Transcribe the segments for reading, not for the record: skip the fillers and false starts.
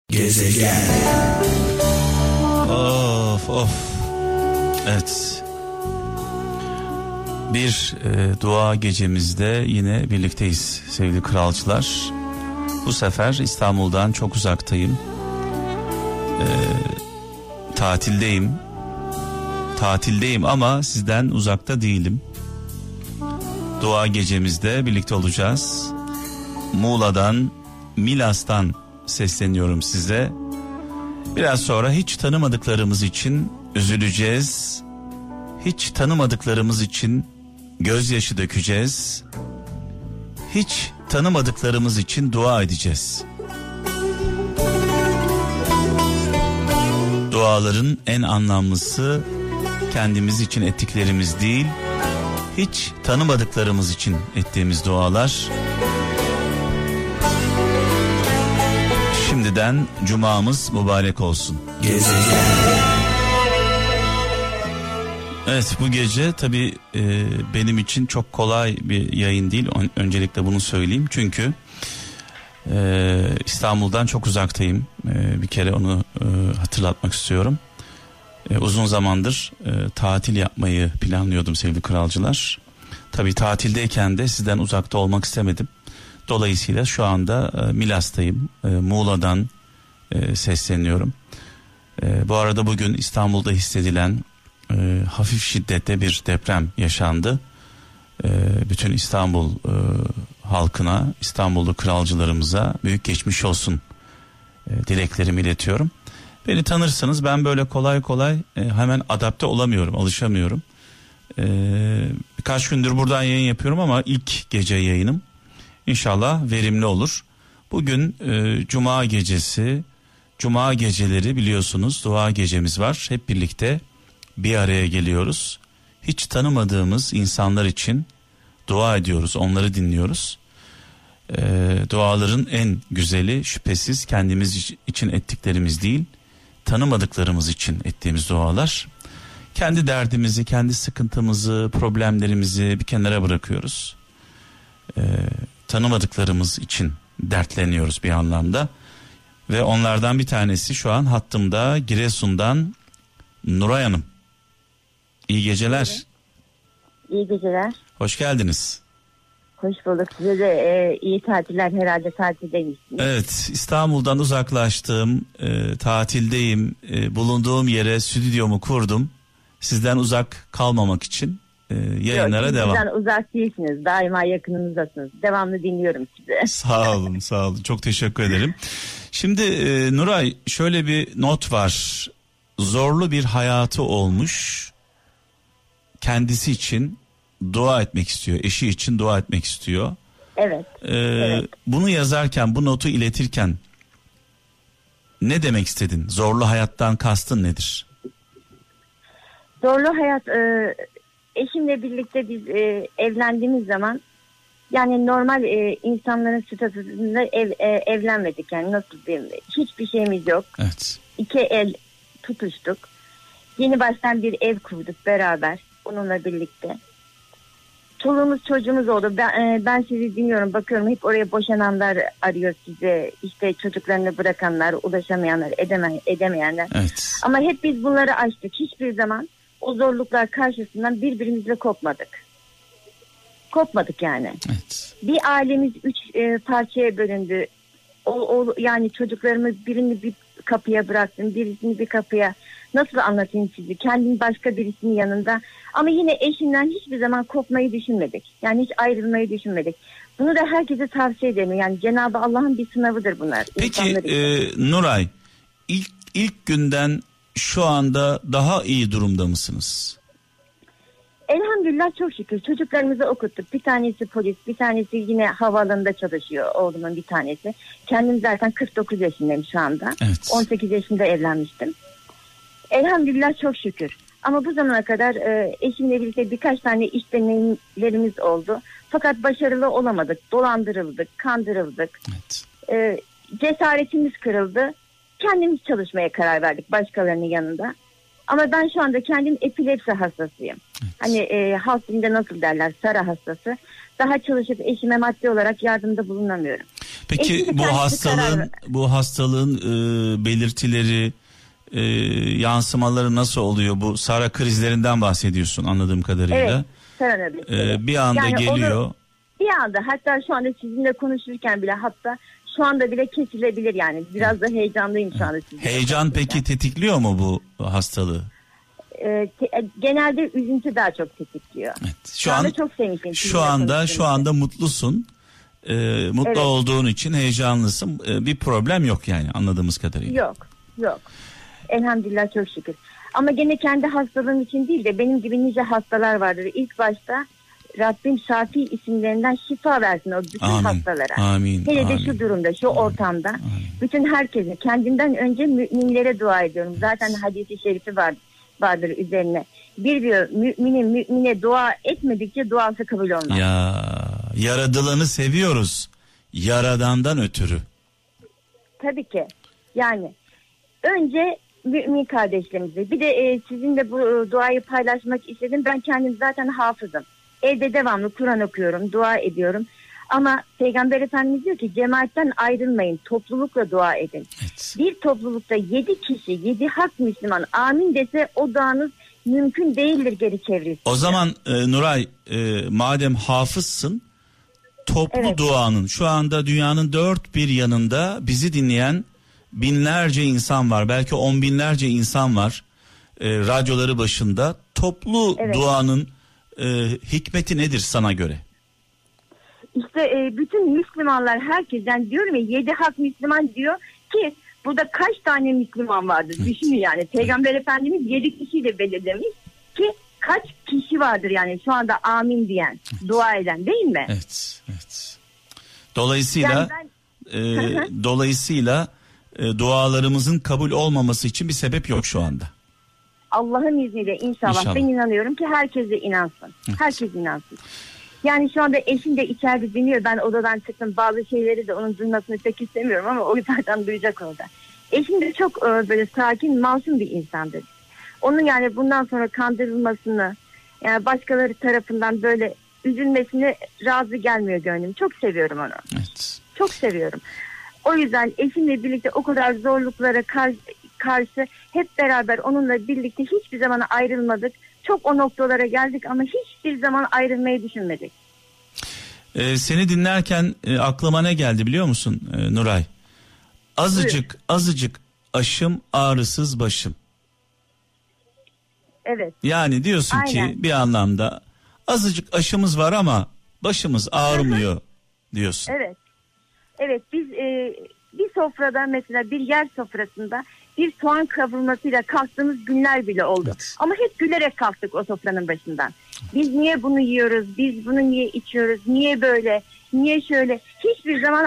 Gezegen. Of. Evet. Bir dua gecemizde yine birlikteyiz sevgili kralcılar. Bu sefer İstanbul'dan çok uzaktayım. Tatildeyim ama sizden uzakta değilim. Dua gecemizde birlikte olacağız. Muğla'dan, Milas'tan sesleniyorum size. Biraz sonra hiç tanımadıklarımız için üzüleceğiz. Hiç tanımadıklarımız için gözyaşı dökeceğiz. Hiç tanımadıklarımız için dua edeceğiz. Duaların en anlamlısı kendimiz için ettiklerimiz değil, hiç tanımadıklarımız için ettiğimiz dualar. Şimdiden cumamız mübarek olsun. Gezegen. Evet, bu gece tabii benim için çok kolay bir yayın değil. Öncelikle bunu söyleyeyim. Çünkü İstanbul'dan çok uzaktayım. Bir kere onu hatırlatmak istiyorum. Uzun zamandır tatil yapmayı planlıyordum sevgili kralcılar. Tabii tatildeyken de sizden uzakta olmak istemedim. Dolayısıyla şu anda Milas'tayım. Muğla'dan sesleniyorum. Bu arada bugün İstanbul'da hissedilen hafif şiddette bir deprem yaşandı. Bütün İstanbul halkına, İstanbullu kralcılarımıza büyük geçmiş olsun dileklerimi iletiyorum. Beni tanırsanız ben böyle kolay hemen adapte olamıyorum, alışamıyorum. Birkaç gündür buradan yayın yapıyorum ama ilk gece yayınım. İnşallah verimli olur. Bugün Cuma gecesi, Cuma geceleri biliyorsunuz dua gecemiz var. Hep birlikte bir araya geliyoruz. Hiç tanımadığımız insanlar için dua ediyoruz, onları dinliyoruz. Duaların en güzeli şüphesiz kendimiz için ettiklerimiz değil, tanımadıklarımız için ettiğimiz dualar. Kendi derdimizi, kendi sıkıntımızı, problemlerimizi bir kenara bırakıyoruz. Tanımadıklarımız için dertleniyoruz bir anlamda. Ve onlardan bir tanesi şu an hattımda, Giresun'dan Nuray Hanım. İyi geceler. İyi geceler. Hoş geldiniz. Hoş bulduk. Size de iyi tatiller, herhalde tatildeymişsiniz. Evet, İstanbul'dan uzaklaştım, tatildeyim, bulunduğum yere stüdyomu kurdum. Sizden uzak kalmamak için yayınlara Yok, devam. Sizden uzak değilsiniz, daima yakınımızdasınız. Devamlı dinliyorum sizi. Sağ olun, çok teşekkür ederim. Şimdi Nuray, şöyle bir not var. Zorlu bir hayatı olmuş, kendisi için dua etmek istiyor, eşi için dua etmek istiyor. Evet. Evet. Bunu yazarken, bu notu iletirken ne demek istedin? Zorlu hayattan kastın nedir? Zorlu hayat, eşimle birlikte biz evlendiğimiz zaman, yani normal insanların statüsünde evlenmedik. Yani nasıl diyeyim, hiçbir şeyimiz yok. Evet. İki el tutuştuk. Yeni baştan bir ev kurduk beraber onunla birlikte. Çoluğumuz çocuğumuz oldu. Ben sizi dinliyorum, bakıyorum, hep oraya boşananlar arıyor size. İşte çocuklarını bırakanlar, ulaşamayanlar, edemeyenler. Evet. Ama hep biz bunları aştık. Hiçbir zaman o zorluklar karşısından birbirimizle kopmadık. Kopmadık yani. Evet. Bir ailemiz 3 parçaya bölündü. Yani çocuklarımız birini bir kapıya bıraktım, birisini bir kapıya. Nasıl anlatayım sizi? Kendim başka birisinin yanında. Ama yine eşimden hiçbir zaman kopmayı düşünmedik. Yani hiç ayrılmayı düşünmedik. Bunu da herkese tavsiye ederim. Yani Cenab-ı Allah'ın bir sınavıdır bunlar. Peki Nuray, ilk günden şu anda daha iyi durumda mısınız? Elhamdülillah, çok şükür. Çocuklarımızı okuttuk. Bir tanesi polis, bir tanesi yine havaalanında çalışıyor, oğlumun bir tanesi. Kendim zaten 49 yaşındayım şu anda. Evet. 18 yaşında evlenmiştim. Elhamdülillah, çok şükür. Ama bu zamana kadar eşimle birlikte birkaç tane iş deneyimlerimiz oldu. Fakat başarılı olamadık. Dolandırıldık, kandırıldık. Evet. Cesaretimiz kırıldı. Kendimiz çalışmaya karar verdik başkalarının yanında. Ama ben şu anda kendim epilepsi hastasıyım. Evet. Hani halk dilinde nasıl derler, Sara hastası. Daha çalışıp eşime maddi olarak yardımda bulunamıyorum. Peki Eşim de bu kendisi hastalığın belirtileri, yansımaları nasıl oluyor? Bu Sara krizlerinden bahsediyorsun anladığım kadarıyla. Evet, Sara nöbetleri. Bir anda Yani geliyor. Bir anda, hatta şu anda sizinle konuşurken bile, hatta şu anda bile kesilebilir yani. Biraz da heyecanlıyım şu anda sizinle. Heyecan peki tetikliyor mu bu hastalığı? Genelde üzüntü daha çok tetikliyor. Evet. Şu anda çok sevinçliyim. Şu anda mutlusun. Mutlu Evet. olduğun için heyecanlısın. Bir problem yok yani anladığımız kadarıyla. Yok. Elhamdülillah, çok şükür. Ama gene kendi hastalığım için değil de benim gibi nice hastalar vardır. İlk başta Rabbim Şafi isimlerinden şifa versin o bütün hastalara. Amin. Hele de şu durumda, şu ortamda. Bütün herkese, kendimden önce müminlere dua ediyorum. Zaten hadisi şerifi vardır üzerine. Bir diyor, mümine dua etmedikçe duası kabul olmaz. Ya yaradılanı seviyoruz. Yaradandan ötürü. Tabii ki. Yani önce mümin kardeşlerimize, bir de sizinle bu duayı paylaşmak istedim. Ben kendim zaten hafızım. Evde devamlı Kur'an okuyorum, dua ediyorum. Ama Peygamber Efendimiz diyor ki cemaatten ayrılmayın, toplulukla dua edin. Evet. Bir toplulukta 7 kişi, 7 hak Müslüman amin dese o duanız mümkün değildir geri çevresi. O zaman Nuray, madem hafızsın, toplu duanın, şu anda dünyanın dört bir yanında bizi dinleyen binlerce insan var, belki on binlerce insan var radyoları başında. Toplu duanın hikmeti nedir sana göre? İşte bütün Müslümanlar, herkesten diyorum ya, 7 hak Müslüman diyor ki burada kaç tane Müslüman vardır? Evet. Düşünün yani. Peygamber Efendimiz 7 kişiyle belirlemiş ki kaç kişi vardır yani şu anda amin diyen, dua eden, değil mi? Evet. Dolayısıyla dualarımızın kabul olmaması için bir sebep yok şu anda. Allah'ın izniyle inşallah. Ben inanıyorum ki herkes de inansın. Evet. Herkes inansın. Yani şu anda eşim de içeride dinliyor. Ben odadan çıktım. Bazı şeyleri de onun duymasını pek istemiyorum ama o zaten duyacak orada. Eşim de çok böyle sakin, masum bir insandır. Onun yani bundan sonra kandırılmasını, yani başkaları tarafından böyle üzülmesine razı gelmiyor gönlüm. Çok seviyorum onu. Evet. Çok seviyorum. O yüzden eşimle birlikte o kadar zorluklara karşı hep beraber onunla birlikte hiçbir zaman ayrılmadık. Çok o noktalara geldik ama hiçbir zaman ayrılmayı düşünmedik. Seni dinlerken aklıma ne geldi biliyor musun Nuray? Azıcık aşım, ağrısız başım. Evet. Yani diyorsun Aynen. ki bir anlamda azıcık aşımız var ama başımız ağrımıyor diyorsun. Evet. Evet, biz bir sofrada, mesela bir yer sofrasında bir soğan kavurmasıyla kalktığımız günler bile oldu. Evet. Ama hep gülerek kalktık o sofranın başından. Biz niye bunu yiyoruz? Biz bunu niye içiyoruz? Niye böyle? Niye şöyle? Hiçbir zaman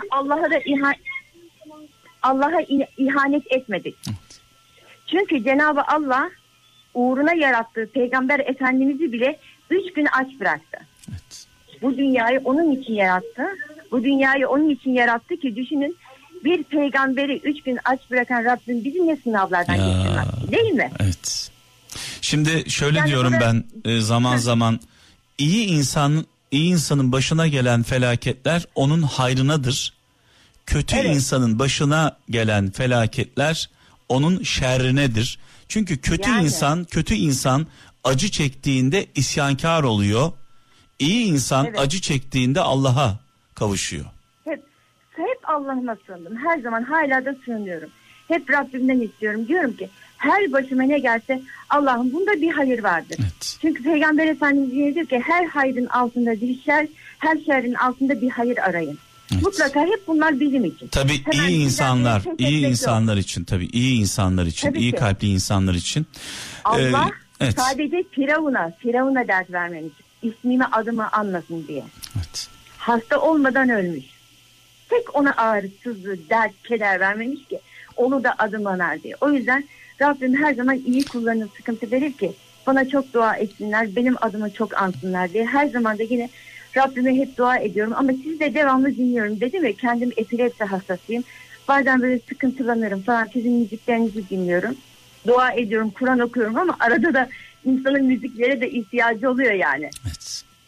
Allah'a ihanet etmedik. Evet. Çünkü Cenab-ı Allah uğruna yarattığı Peygamber Efendimiz'i bile 3 gün aç bıraktı. Evet. Bu dünyayı onun için yarattı. Bu dünyayı onun için yarattı ki düşünün, bir peygamberi 3 gün aç bırakan Rabbim bizi ne sınavlardan geçirmez, değil mi? Evet. Şimdi şöyle diyorum ben zaman zaman iyi insanın başına gelen felaketler onun hayrınadır. Kötü insanın başına gelen felaketler onun şerrinedir. Çünkü kötü insan acı çektiğinde isyankar oluyor. İyi insan acı çektiğinde Allah'a kavuşuyor. Hep Allah'ıma sığındım. Her zaman hala da sığınıyorum. Hep Rabbimden istiyorum. Diyorum ki her başıma ne gelse Allah'ım bunda bir hayır vardır. Evet. Çünkü Peygamber Efendimiz diyor ki her hayrın altında bir şer, her şerrin altında bir hayır arayın. Evet. Mutlaka hep bunlar bizim için. Tabii hemen iyi insanlar için, tabii iyi insanlar için, tabii iyi kalpli insanlar için. Allah sadece Firavun'a dert vermemiş. İsmimi, adımı anlasın diye. Evet. Hasta olmadan ölmüş. Tek ona ağrısızlığı, dert, keder vermemiş ki onu da adım anar diye. O yüzden Rabbim her zaman iyi kullarına sıkıntı verir ki bana çok dua etsinler, benim adımı çok ansınlar diye. Her zaman da yine Rabbime hep dua ediyorum ama sizi de devamlı dinliyorum. Dedim ya, kendim epilepsi hastasıyım. Bazen böyle sıkıntılanırım falan, sizin müziklerinizi dinliyorum. Dua ediyorum, Kur'an okuyorum ama arada da insanın müziklere de ihtiyacı oluyor yani. Evet.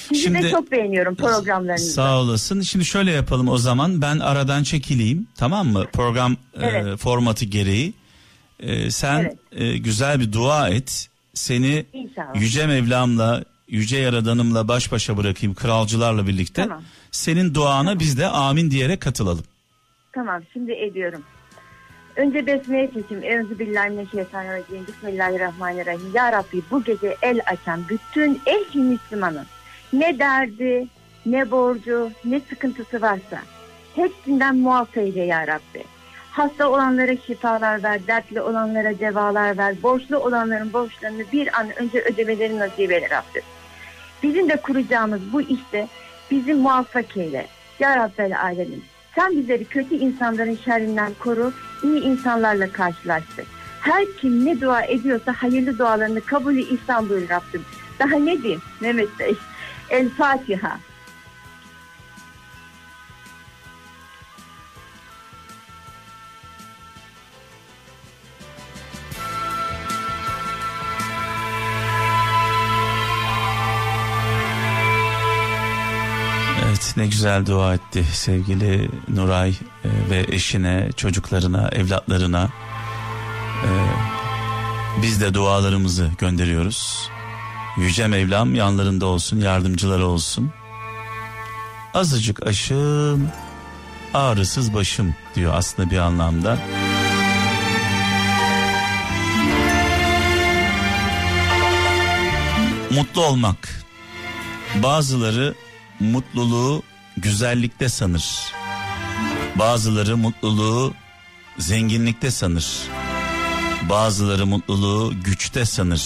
Sizi de çok beğeniyorum programlarınızı. Sağ olasın. Şimdi şöyle yapalım o zaman. Ben aradan çekileyim, tamam mı? Program formatı gereği. Sen güzel bir dua et. Seni İnşallah. Yüce Mevlam'la, Yüce Yaradanım'la baş başa bırakayım, kralcılarla birlikte. Tamam. Senin duana biz de amin diyerek katılalım. Tamam, şimdi ediyorum. Önce besmele çekeyim. Euzubillahimineşşeytanirracim. Bismillahirrahmanirrahim. Ya Rabbi, bu gece el açan bütün ehli Müslümanın ne derdi, ne borcu, ne sıkıntısı varsa hepsinden muaf eyle ya Rabbi. Hasta olanlara şifalar ver, dertli olanlara devalar ver, borçlu olanların borçlarını bir an önce ödemeleri nasip eyle Rabbi. Bizim de kuracağımız bu işte bizi muvaffak eyle ya Rabbel Alemin. Sen bizleri kötü insanların şerrinden koru, iyi insanlarla karşılaştır. Her kim ne dua ediyorsa hayırlı dualarını kabulü ihsan buyur Rabbim. Daha ne diyeyim Mehmet Bey? El Fatiha. Evet, ne güzel dua etti sevgili Nuray ve eşine, çocuklarına, evlatlarına. Biz de dualarımızı gönderiyoruz. Yüce Mevlam yanlarında olsun, yardımcıları olsun. Azıcık aşım, ağrısız başım diyor aslında bir anlamda. Mutlu olmak. Bazıları mutluluğu güzellikte sanır. Bazıları mutluluğu zenginlikte sanır. Bazıları mutluluğu güçte sanır.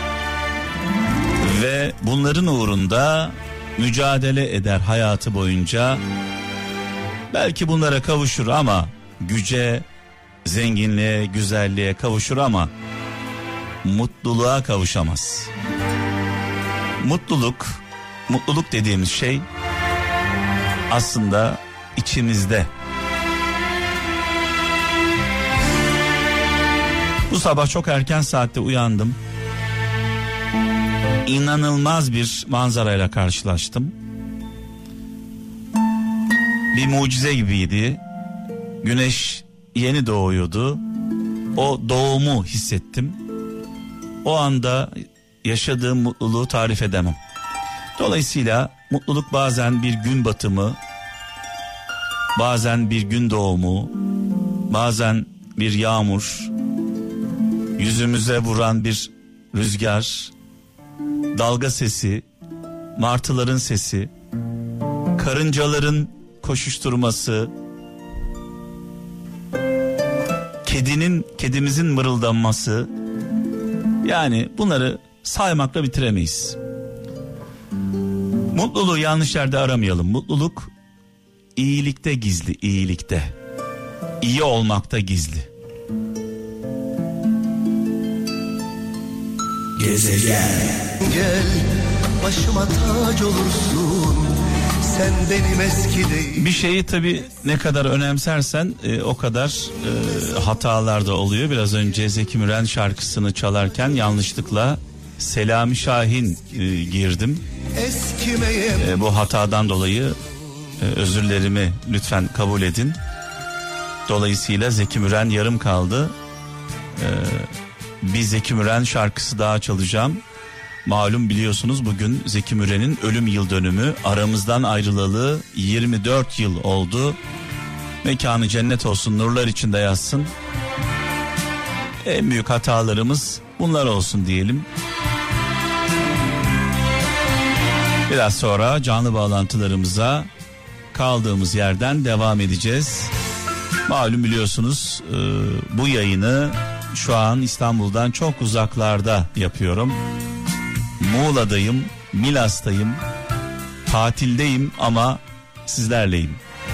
Ve bunların uğrunda mücadele eder hayatı boyunca. Belki bunlara kavuşur ama güce, zenginliğe, güzelliğe kavuşur ama mutluluğa kavuşamaz. Mutluluk dediğimiz şey aslında içimizde. Bu sabah çok erken saatte uyandım. İnanılmaz bir manzarayla karşılaştım. Bir mucize gibiydi. Güneş yeni doğuyordu. O doğumu hissettim. O anda yaşadığım mutluluğu tarif edemem. Dolayısıyla mutluluk bazen bir gün batımı, bazen bir gün doğumu, bazen bir yağmur, yüzümüze vuran bir rüzgar, dalga sesi, martıların sesi, karıncaların koşuşturması, kedimizin mırıldanması, yani bunları saymakla bitiremeyiz. Mutluluğu yanlış yerde aramayalım. Mutluluk iyilikte gizli, iyilikte. İyi olmakta gizli. Gezegen. Gel başıma tac olursun. Sen benim eski değil. Bir şeyi tabii ne kadar önemsersen o kadar hatalar da oluyor. Biraz önce Zeki Müren şarkısını çalarken yanlışlıkla Selami Şahin girdim. Bu hatadan dolayı özürlerimi lütfen kabul edin. Dolayısıyla Zeki Müren yarım kaldı. Bir Zeki Müren şarkısı daha çalacağım. Malum biliyorsunuz bugün Zeki Müren'in ölüm yıl dönümü. Aramızdan ayrılalı 24 yıl oldu. Mekanı cennet olsun, nurlar içinde yatsın. En büyük hatalarımız bunlar olsun diyelim. Biraz sonra canlı bağlantılarımıza kaldığımız yerden devam edeceğiz. Malum biliyorsunuz bu yayını şu an İstanbul'dan çok uzaklarda yapıyorum. Muğla'dayım, Milas'tayım, tatildeyim ama sizlerleyim.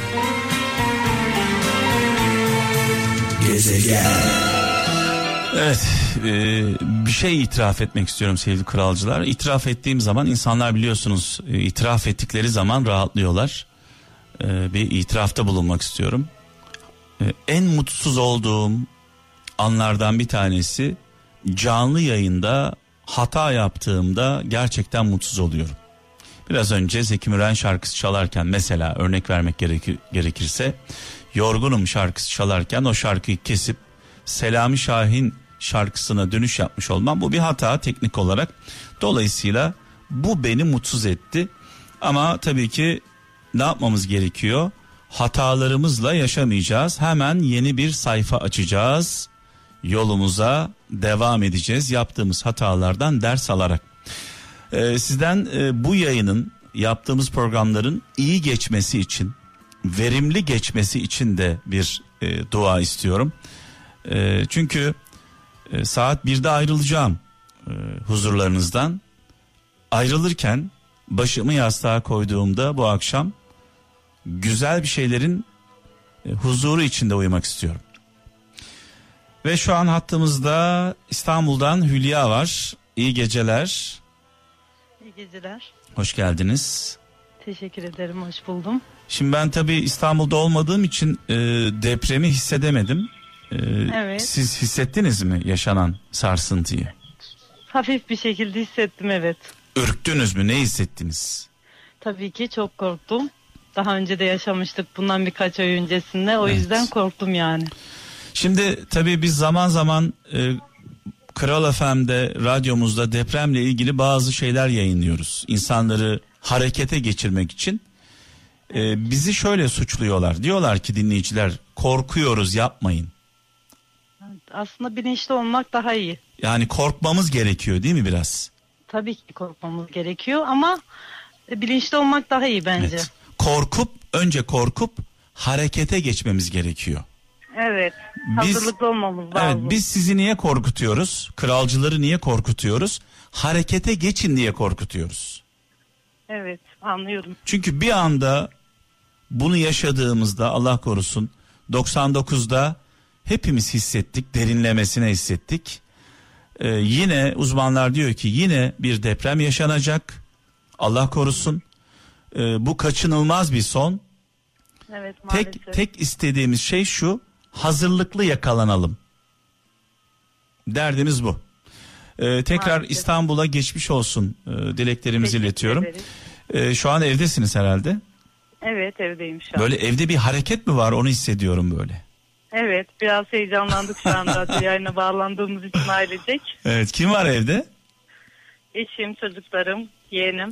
Gezegen. Evet, bir şey itiraf etmek istiyorum sevgili kralcılar. İtiraf ettiğim zaman insanlar biliyorsunuz itiraf ettikleri zaman rahatlıyorlar. Bir itirafta bulunmak istiyorum. En mutsuz olduğum anlardan bir tanesi canlı yayında hata yaptığımda gerçekten mutsuz oluyorum. Biraz önce Zeki Müren şarkısı çalarken, mesela örnek vermek gerekirse, Yorgunum şarkısı çalarken o şarkıyı kesip Selami Şahin şarkısına dönüş yapmış olmam, bu bir hata teknik olarak. Dolayısıyla bu beni mutsuz etti. Ama tabii ki ne yapmamız gerekiyor? Hatalarımızla yaşamayacağız. Hemen yeni bir sayfa açacağız. Yolumuza devam edeceğiz. Yaptığımız hatalardan ders alarak. Sizden bu yayının, yaptığımız programların iyi geçmesi için, verimli geçmesi için de bir dua istiyorum. Çünkü saat 1'de ayrılacağım huzurlarınızdan. Ayrılırken başımı yastığa koyduğumda bu akşam güzel bir şeylerin huzuru içinde uyumak istiyorum. Ve şu an hattımızda İstanbul'dan Hülya var. İyi geceler. İyi geceler. Hoş geldiniz. Teşekkür ederim, hoş buldum. Şimdi ben tabii İstanbul'da olmadığım için depremi hissedemedim. Evet. Siz hissettiniz mi yaşanan sarsıntıyı? Hafif bir şekilde hissettim, evet. Ürktünüz mü? Ne hissettiniz? Tabii ki çok korktum. Daha önce de yaşamıştık bundan birkaç ay öncesinde. O Evet. yüzden korktum yani. Şimdi tabii biz zaman zaman Kral FM'de, radyomuzda depremle ilgili bazı şeyler yayınlıyoruz. İnsanları harekete geçirmek için. Bizi şöyle suçluyorlar. Diyorlar ki dinleyiciler, korkuyoruz, yapmayın. Aslında bilinçli olmak daha iyi. Yani korkmamız gerekiyor değil mi biraz? Tabii ki korkmamız gerekiyor ama bilinçli olmak daha iyi bence. Evet. Önce korkup harekete geçmemiz gerekiyor. Evet. Hazırlıklı olmamız lazım. Evet, biz sizi niye korkutuyoruz? Kralcıları niye korkutuyoruz? Harekete geçin diye korkutuyoruz. Evet, anlıyorum. Çünkü bir anda bunu yaşadığımızda, Allah korusun, 99'da hepimiz hissettik, derinlemesine hissettik. Yine uzmanlar diyor ki yine bir deprem yaşanacak. Allah korusun. Bu kaçınılmaz bir son. Evet, maalesef. Tek istediğimiz şey şu: hazırlıklı yakalanalım. Derdimiz bu. Tekrar Maalesef. İstanbul'a geçmiş olsun dileklerimizi Teşekkür iletiyorum. ederiz. Şu an evdesiniz herhalde. Evet, evdeyim şu an. Böyle evde bir hareket mi var, onu hissediyorum böyle. Evet, biraz heyecanlandık şu anda yayına bağlandığımız için ailecek. Evet, kim var evde? Eşim, çocuklarım, yeğenim.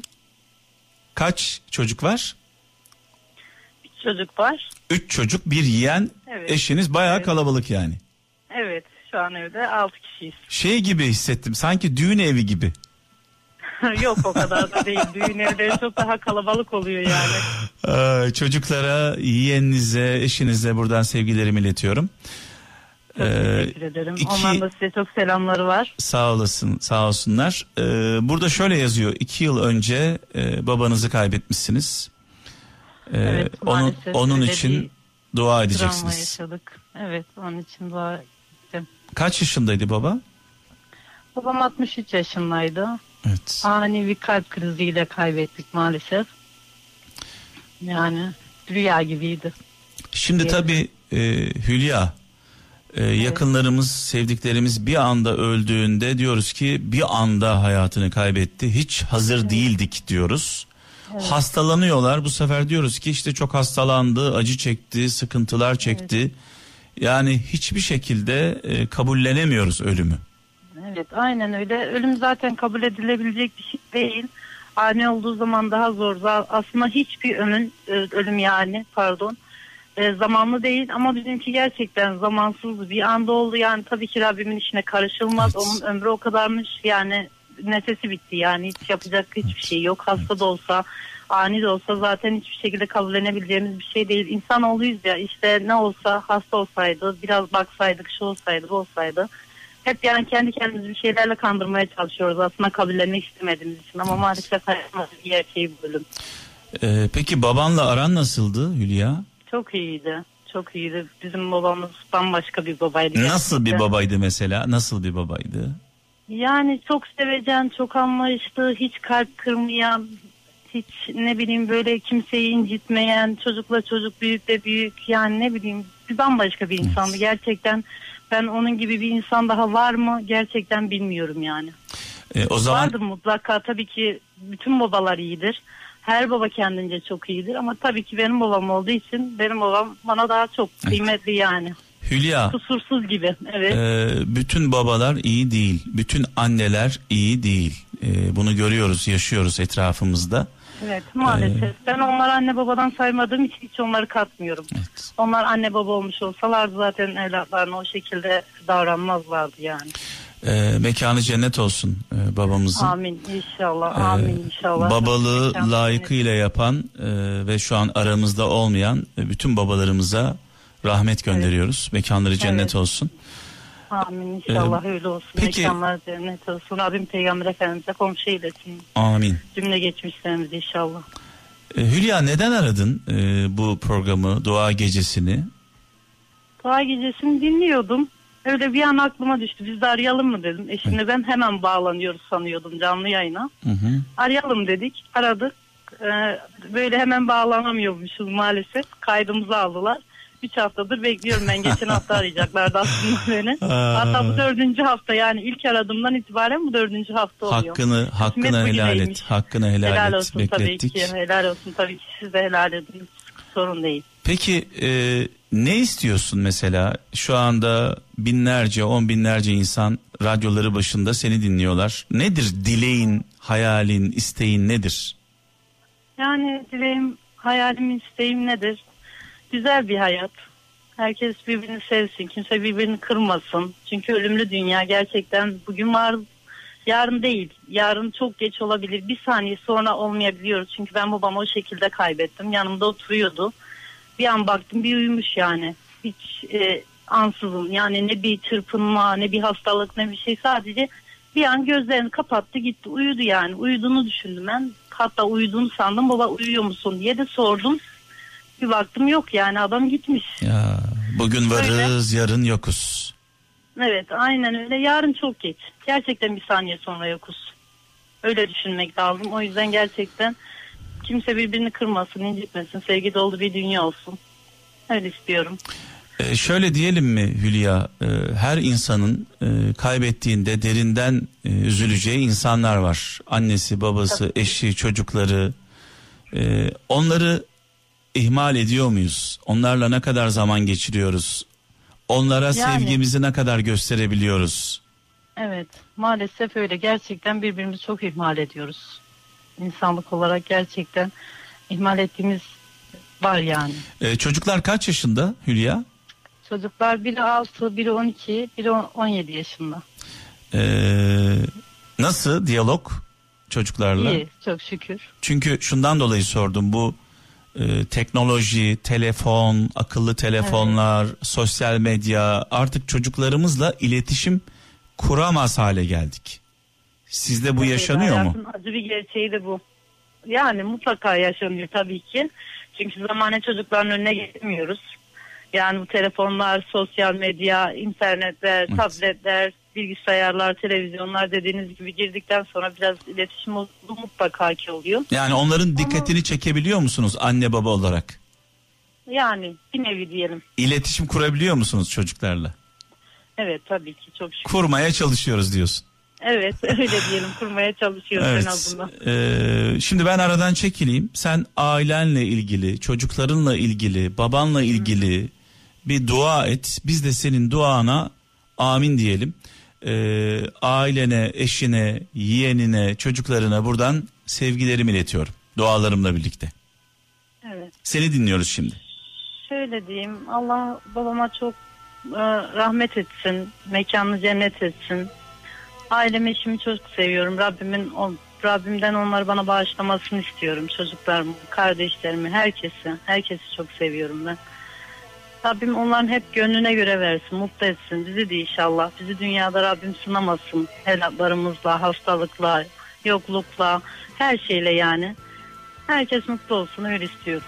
Kaç çocuk var? Bir çocuk var. 3 çocuk, bir yeğen, Evet. eşiniz, bayağı Evet. kalabalık yani. Evet, şu an evde 6 kişiyiz. Şey gibi hissettim, sanki düğün evi gibi. Yok, o kadar da değil. Düğün evleri çok daha kalabalık oluyor yani. Çocuklara, yeğeninize, eşinize buradan sevgilerimi iletiyorum. Çok teşekkür ederim. Onların da size çok selamları var. Sağ olasın, sağ olsunlar. Burada şöyle yazıyor: 2 yıl önce babanızı kaybetmişsiniz. Evet, maalesef onun öyle için bir dua Travma edeceksiniz. yaşadık. Evet, onun için dua ettim. Kaç yaşındaydı baba? Babam 63 yaşındaydı. Evet. Ani bir kalp kriziyle kaybettik maalesef. Yani rüya gibiydi. Şimdi tabii Hülya, yakınlarımız, sevdiklerimiz bir anda öldüğünde diyoruz ki bir anda hayatını kaybetti. Hiç hazır değildik diyoruz. Evet. Hastalanıyorlar, bu sefer diyoruz ki işte çok hastalandı, acı çekti, sıkıntılar çekti. Yani hiçbir şekilde kabullenemiyoruz ölümü. Evet, aynen öyle. Ölüm zaten kabul edilebilecek bir şey değil. Ani olduğu zaman daha zor. Aslında hiçbir ölüm yani zamanlı değil ama bizimki gerçekten zamansız bir anda oldu. Yani tabii ki Rabbimin işine karışılmaz. Evet. Onun ömrü o kadarmış yani, nefesi bitti yani, hiç yapacak hiçbir şey yok. Hasta da olsa, ani de olsa zaten hiçbir şekilde kabullenebileceğimiz bir şey değil. İnsanoğluyuz ya, işte ne olsa, hasta olsaydı, biraz baksaydık, şu olsaydı, bu olsaydı. Hep yani kendi kendimizi bir şeylerle kandırmaya çalışıyoruz aslında, kabullenmek istemediğimiz için, ama maalesef hayatımızın bir gerçeği bu bölüm. Peki babanla aran nasıldı Hülya? Çok iyiydi. Çok iyiydi. Bizim babamız bambaşka bir babaydı. Nasıl bir gerçekten. babaydı mesela? Nasıl bir babaydı? Yani çok sevecen, çok anlayışlı, hiç kalp kırmayan, hiç ne bileyim böyle kimseyi incitmeyen, çocukla çocuk, büyükle büyük, yani ne bileyim bir bambaşka bir insandı. Evet. Gerçekten ben onun gibi bir insan daha var mı gerçekten bilmiyorum yani. O zaman Vardır mutlaka, tabii ki bütün babalar iyidir. Her baba kendince çok iyidir ama tabii ki benim babam olduğu için benim babam bana daha çok kıymetli yani. Hülya. Kusursuz gibi. Evet. Bütün babalar iyi değil. Bütün anneler iyi değil. Bunu görüyoruz, yaşıyoruz etrafımızda. Evet, maalesef. Ben onları anne babadan saymadığım için hiç onları katmıyorum. Evet. Onlar anne baba olmuş olsalardı zaten evlatlarına o şekilde davranmazlardı yani. Mekanı cennet olsun babamızın. Amin inşallah. Amin inşallah. Babalığı layıkıyla yapan ve şu an aramızda olmayan bütün babalarımıza rahmet gönderiyoruz. Evet. Mekanları cennet olsun. Amin inşallah öyle olsun. Peki, mekanlar cennet olsun. Rabbim Peygamber Efendimiz'e komşu eylesin. Amin. Cümle geçmişlerimiz inşallah. Hülya, neden aradın bu programı, Dua Gecesi'ni? Dua Gecesi'ni dinliyordum. Öyle bir an aklıma düştü. Biz de arayalım mı dedim. Eşimle ben hemen bağlanıyoruz sanıyordum canlı yayına. Hı. Arayalım dedik. Aradık. Böyle hemen bağlanamıyormuşuz maalesef. Kaydımızı aldılar. 3 haftadır bekliyorum ben. Geçen hafta arayacaklardı aslında beni. Hatta bu 4. hafta, yani ilk aradığımdan itibaren bu 4. hafta oluyor. Hakkını helal et. Hakkını helal et. Olsun, beklettik. Tabii ki. Helal olsun tabii ki. Siz de helal edin. Sorun değil. Peki ne istiyorsun mesela? Şu anda binlerce, 10 binlerce insan radyoları başında seni dinliyorlar. Nedir dileğin, hayalin, isteğin nedir? Yani dileğim, hayalim, isteğim nedir? Güzel bir hayat. Herkes birbirini sevsin. Kimse birbirini kırmasın. Çünkü ölümlü dünya gerçekten bugün var, yarın değil. Yarın çok geç olabilir. Bir saniye sonra olmayabiliyoruz. Çünkü ben babamı o şekilde kaybettim. Yanımda oturuyordu. Bir an baktım bir uyumuş yani. Hiç ansızın, yani ne bir çırpınma, ne bir hastalık, ne bir şey, sadece bir an gözlerini kapattı gitti, uyudu yani. Uyuduğunu düşündüm ben. Hatta uyuduğunu sandım. Baba uyuyor musun diye de sordum. Bir baktım yok yani, adam gitmiş. Ya, bugün varız öyle, yarın yokuz. Evet aynen öyle, yarın çok geç. Gerçekten bir saniye sonra yokuz. Öyle düşünmek lazım. O yüzden gerçekten kimse birbirini kırmasın, incitmesin. Sevgi dolu bir dünya olsun. Öyle istiyorum. Şöyle diyelim mi Hülya, her insanın kaybettiğinde derinden üzüleceği insanlar var. Annesi, babası, eşi, çocukları. Onları ihmal ediyor muyuz? Onlarla ne kadar zaman geçiriyoruz? Onlara sevgimizi ne kadar gösterebiliyoruz? Evet, maalesef öyle. Gerçekten birbirimizi çok ihmal ediyoruz. İnsanlık olarak gerçekten ihmal ettiğimiz var yani. Çocuklar kaç yaşında Hülya? Çocuklar biri 6, biri 12, biri 17 yaşında. Nasıl diyalog çocuklarla? İyi, çok şükür. Çünkü şundan dolayı sordum, bu teknoloji, telefon, akıllı telefonlar, sosyal medya, artık çocuklarımızla iletişim kuramaz hale geldik. Sizde bu yaşanıyor mu? Acı bir gerçeği de bu. Yani mutlaka yaşanıyor tabii ki. Çünkü zamane çocukların önüne geçemiyoruz. Yani bu telefonlar, sosyal medya, internetler, tabletler, bilgisayarlar, televizyonlar dediğiniz gibi girdikten sonra biraz iletişim mutlaka ki oluyor. Yani onların dikkatini çekebiliyor musunuz anne baba olarak? Yani bir nevi diyelim. İletişim kurabiliyor musunuz çocuklarla? Evet tabii ki, çok şükür. Kurmaya çalışıyoruz diyorsun. Evet öyle diyelim, kurmaya çalışıyoruz en azından. Şimdi ben aradan çekileyim. Sen ailenle ilgili, çocuklarınla ilgili, babanla ilgili bir dua et. Biz de senin duana amin diyelim. Ailene, eşine, yeğenine, çocuklarına buradan sevgilerimi iletiyorum. Dualarımla birlikte. Evet. Seni dinliyoruz şimdi. Şöyle diyeyim. Allah babama çok rahmet etsin. Mekanını cennet etsin. Ailemi, eşimi çok seviyorum. Rabbimden onları bana bağışlamasını istiyorum. Çocuklarımı, kardeşlerimi, herkesi çok seviyorum ben. Rabbim onların hep gönlüne göre versin, mutlu etsin. Bizi de inşallah. Bizi dünyada Rabbim sınamasın. Helaklarımızla, hastalıkla, yoklukla, her şeyle yani. Herkes mutlu olsun, öyle istiyorum.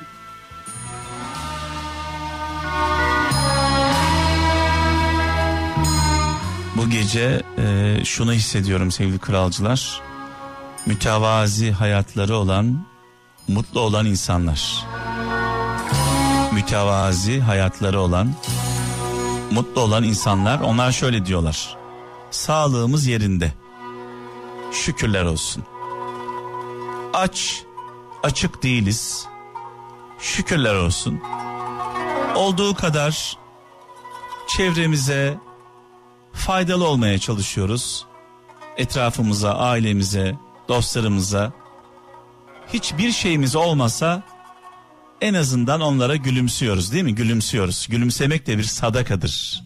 Bu gece şunu hissediyorum sevgili kralcılar. Mütevazi hayatları olan, mutlu olan insanlar. Mütevazi hayatları olan, mutlu olan insanlar, onlar şöyle diyorlar: sağlığımız yerinde, şükürler olsun. açık değiliz. Şükürler olsun. Olduğu kadar çevremize faydalı olmaya çalışıyoruz. Etrafımıza, ailemize, dostlarımıza. Hiçbir şeyimiz olmasa en azından onlara gülümsüyoruz, değil mi? Gülümsüyoruz. Gülümsemek de bir sadakadır.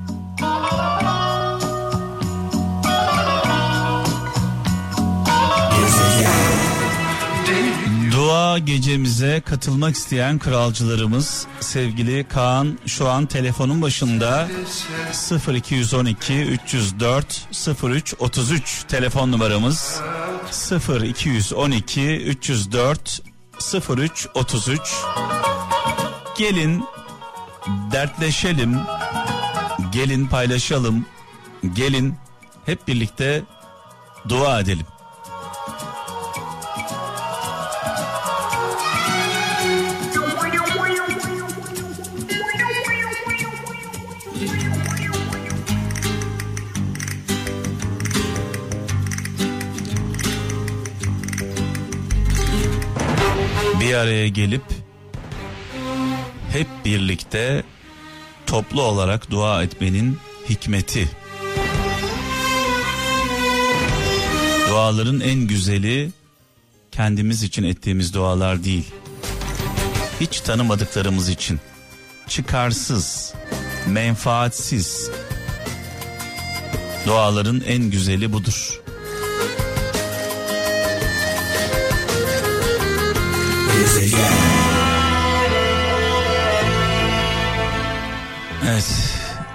Dua gecemize katılmak isteyen kralcılarımız, sevgili Kaan şu an telefonun başında. 0212 304 03 33 telefon numaramız. 0212 304 03 33. Gelin dertleşelim, gelin paylaşalım, gelin hep birlikte dua edelim. Bir araya gelip hep birlikte toplu olarak dua etmenin hikmeti. Duaların en güzeli kendimiz için ettiğimiz dualar değil. Hiç tanımadıklarımız için çıkarsız, menfaatsiz duaların en güzeli budur. Evet.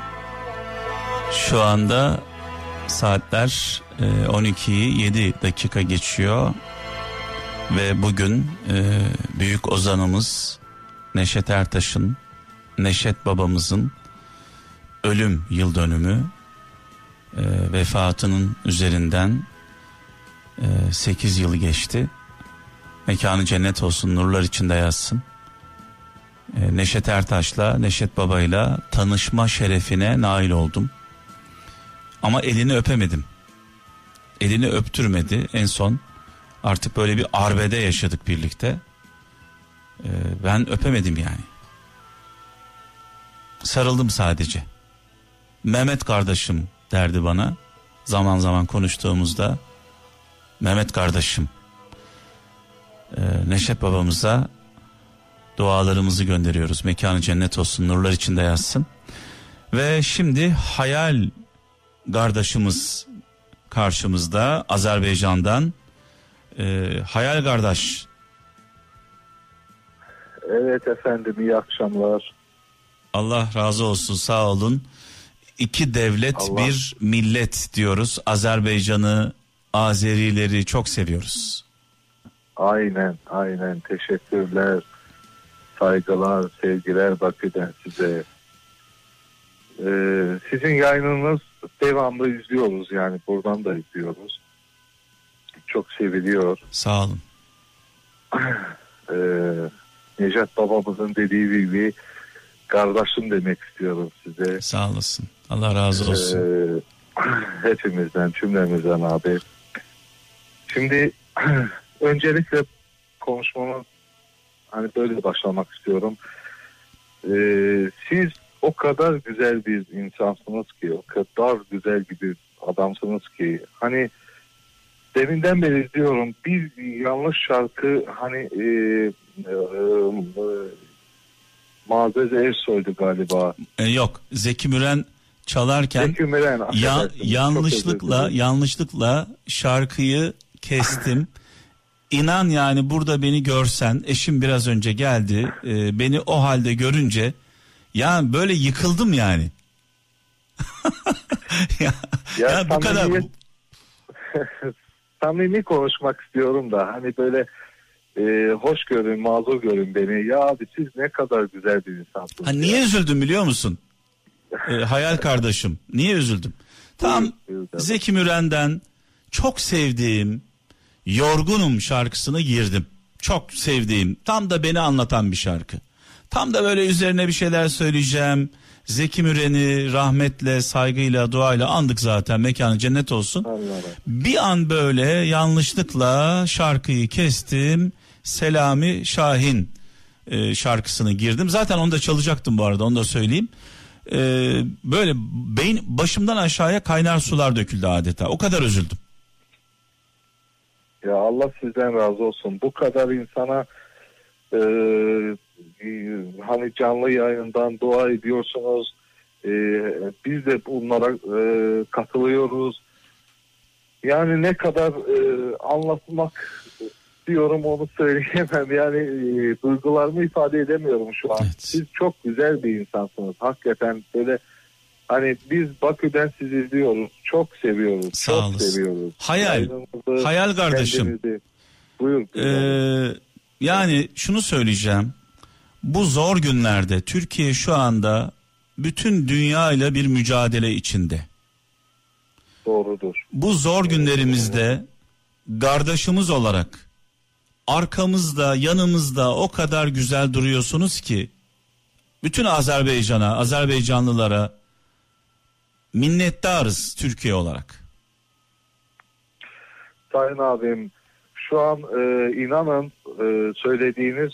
Şu anda saatler 12'yi 7 dakika geçiyor ve bugün büyük ozanımız Neşet Ertaş'ın, Neşet babamızın ölüm yıl dönümü. Vefatının üzerinden 8 yıl geçti. Mekanı cennet olsun, nurlar içinde yatsın. Neşet Ertaş'la, Neşet Baba'yla tanışma şerefine nail oldum. Ama elini öpemedim. Elini öptürmedi en son. Artık böyle bir arbede yaşadık birlikte. Ben öpemedim yani. Sarıldım sadece. Mehmet kardeşim derdi bana. Zaman zaman konuştuğumuzda. Mehmet kardeşim. Neşet babamıza dualarımızı gönderiyoruz. Mekanı cennet olsun, nurlar içinde yatsın. Ve şimdi Hayal kardeşimiz karşımızda, Azerbaycan'dan. Hayal kardeş. Evet efendim, iyi akşamlar. Allah razı olsun, sağ olun. İki devlet bir millet diyoruz. Azerbaycan'ı, Azerileri çok seviyoruz. Aynen teşekkürler, saygılar, sevgiler Bakü'den size. Sizin yayınınız devamlı izliyoruz, yani buradan da izliyoruz. Çok seviliyor. Sağ olun. Neşet babamızın dediği gibi kardeşim demek istiyorum size. Sağ olasın. Allah razı olsun. Hepimizden, cümlemizden abi. Şimdi öncelikle konuşmama hani böyle başlamak istiyorum. Siz o kadar güzel bir insansınız ki, o kadar güzel bir adamsınız ki, hani deminden beri diyorum, bir yanlış şarkı hani Muazzez Ersoy'du galiba. Yok, Zeki Müren çalarken Zeki Müren, yanlışlıkla şarkıyı kestim. İnan yani, burada beni görsen, eşim biraz önce geldi, beni o halde görünce ya böyle yıkıldım yani. ya bu kadar. Samimi konuşmak istiyorum da hani böyle hoş görün, mazur görün beni. Ya abi, siz ne kadar güzel bir insansınız. Niye üzüldüm biliyor musun? Hayal kardeşim, niye üzüldüm? Tam Zeki Müren'den çok sevdiğim Yorgunum şarkısını girdim. Çok sevdiğim, tam da beni anlatan bir şarkı. Tam da böyle üzerine bir şeyler söyleyeceğim. Zeki Müren'i rahmetle, saygıyla, duayla andık zaten, mekanı cennet olsun. Bir an böyle yanlışlıkla şarkıyı kestim. Selami Şahin şarkısını girdim. Zaten onu da çalacaktım bu arada, onu da söyleyeyim. Böyle başımdan aşağıya kaynar sular döküldü adeta. O kadar üzüldüm. Ya Allah sizden razı olsun. Bu kadar insana hani canlı yayından dua ediyorsunuz. Biz de bunlara katılıyoruz. Yani ne kadar anlatmak diyorum onu söyleyemem. Yani duygularımı ifade edemiyorum şu an. Evet. Siz çok güzel bir insansınız. Hakikaten böyle hani biz Bakü'den sizi izliyoruz. Çok seviyoruz. Sağ çok olasın. seviyoruz. Hayal kardeşim. Buyur. Yani şunu söyleyeceğim. Bu zor günlerde Türkiye şu anda bütün dünya ile bir mücadele içinde. Doğrudur. Bu zor günlerimizde kardeşimiz olarak arkamızda, yanımızda o kadar güzel duruyorsunuz ki bütün Azerbaycan'a, Azerbaycanlılara minnettarız Türkiye olarak. Sayın abim, şu an inanın söylediğiniz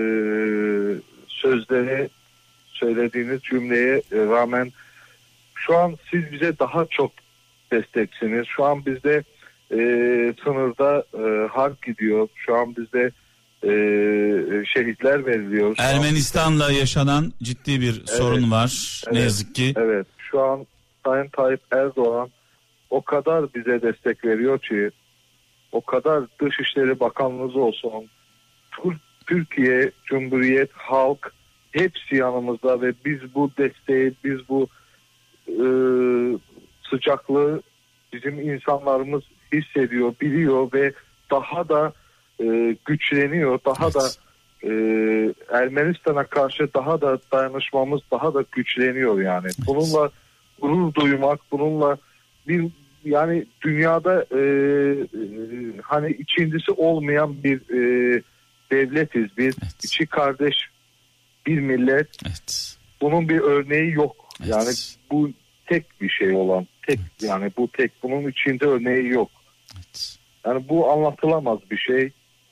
sözleri, söylediğiniz cümleye rağmen şu an siz bize daha çok desteksiniz. Şu an bizde sınırda harp gidiyor. Şu an bizde şehitler veriliyor. Ermenistan'la yaşanan ciddi bir sorun var. Evet, ne yazık ki. Evet. Şu an Sayın Tayyip Erdoğan o kadar bize destek veriyor ki, o kadar Dışişleri Bakanlığımız olsun, Türkiye Cumhuriyet halk hepsi yanımızda ve biz bu desteği, biz bu sıcaklığı bizim insanlarımız hissediyor, biliyor ve daha da güçleniyor, daha da Ermenistan'a karşı daha da dayanışmamız daha da güçleniyor yani. Bununla gurur duymak, bununla bir yani dünyada hani ikincisi olmayan bir devletiz biz. Evet. İki kardeş bir millet. Evet. Bunun bir örneği yok. Evet. Yani bu tek bir şey olan. Tek yani bu tek. Bunun içinde örneği yok. Evet. Yani bu anlatılamaz bir şey.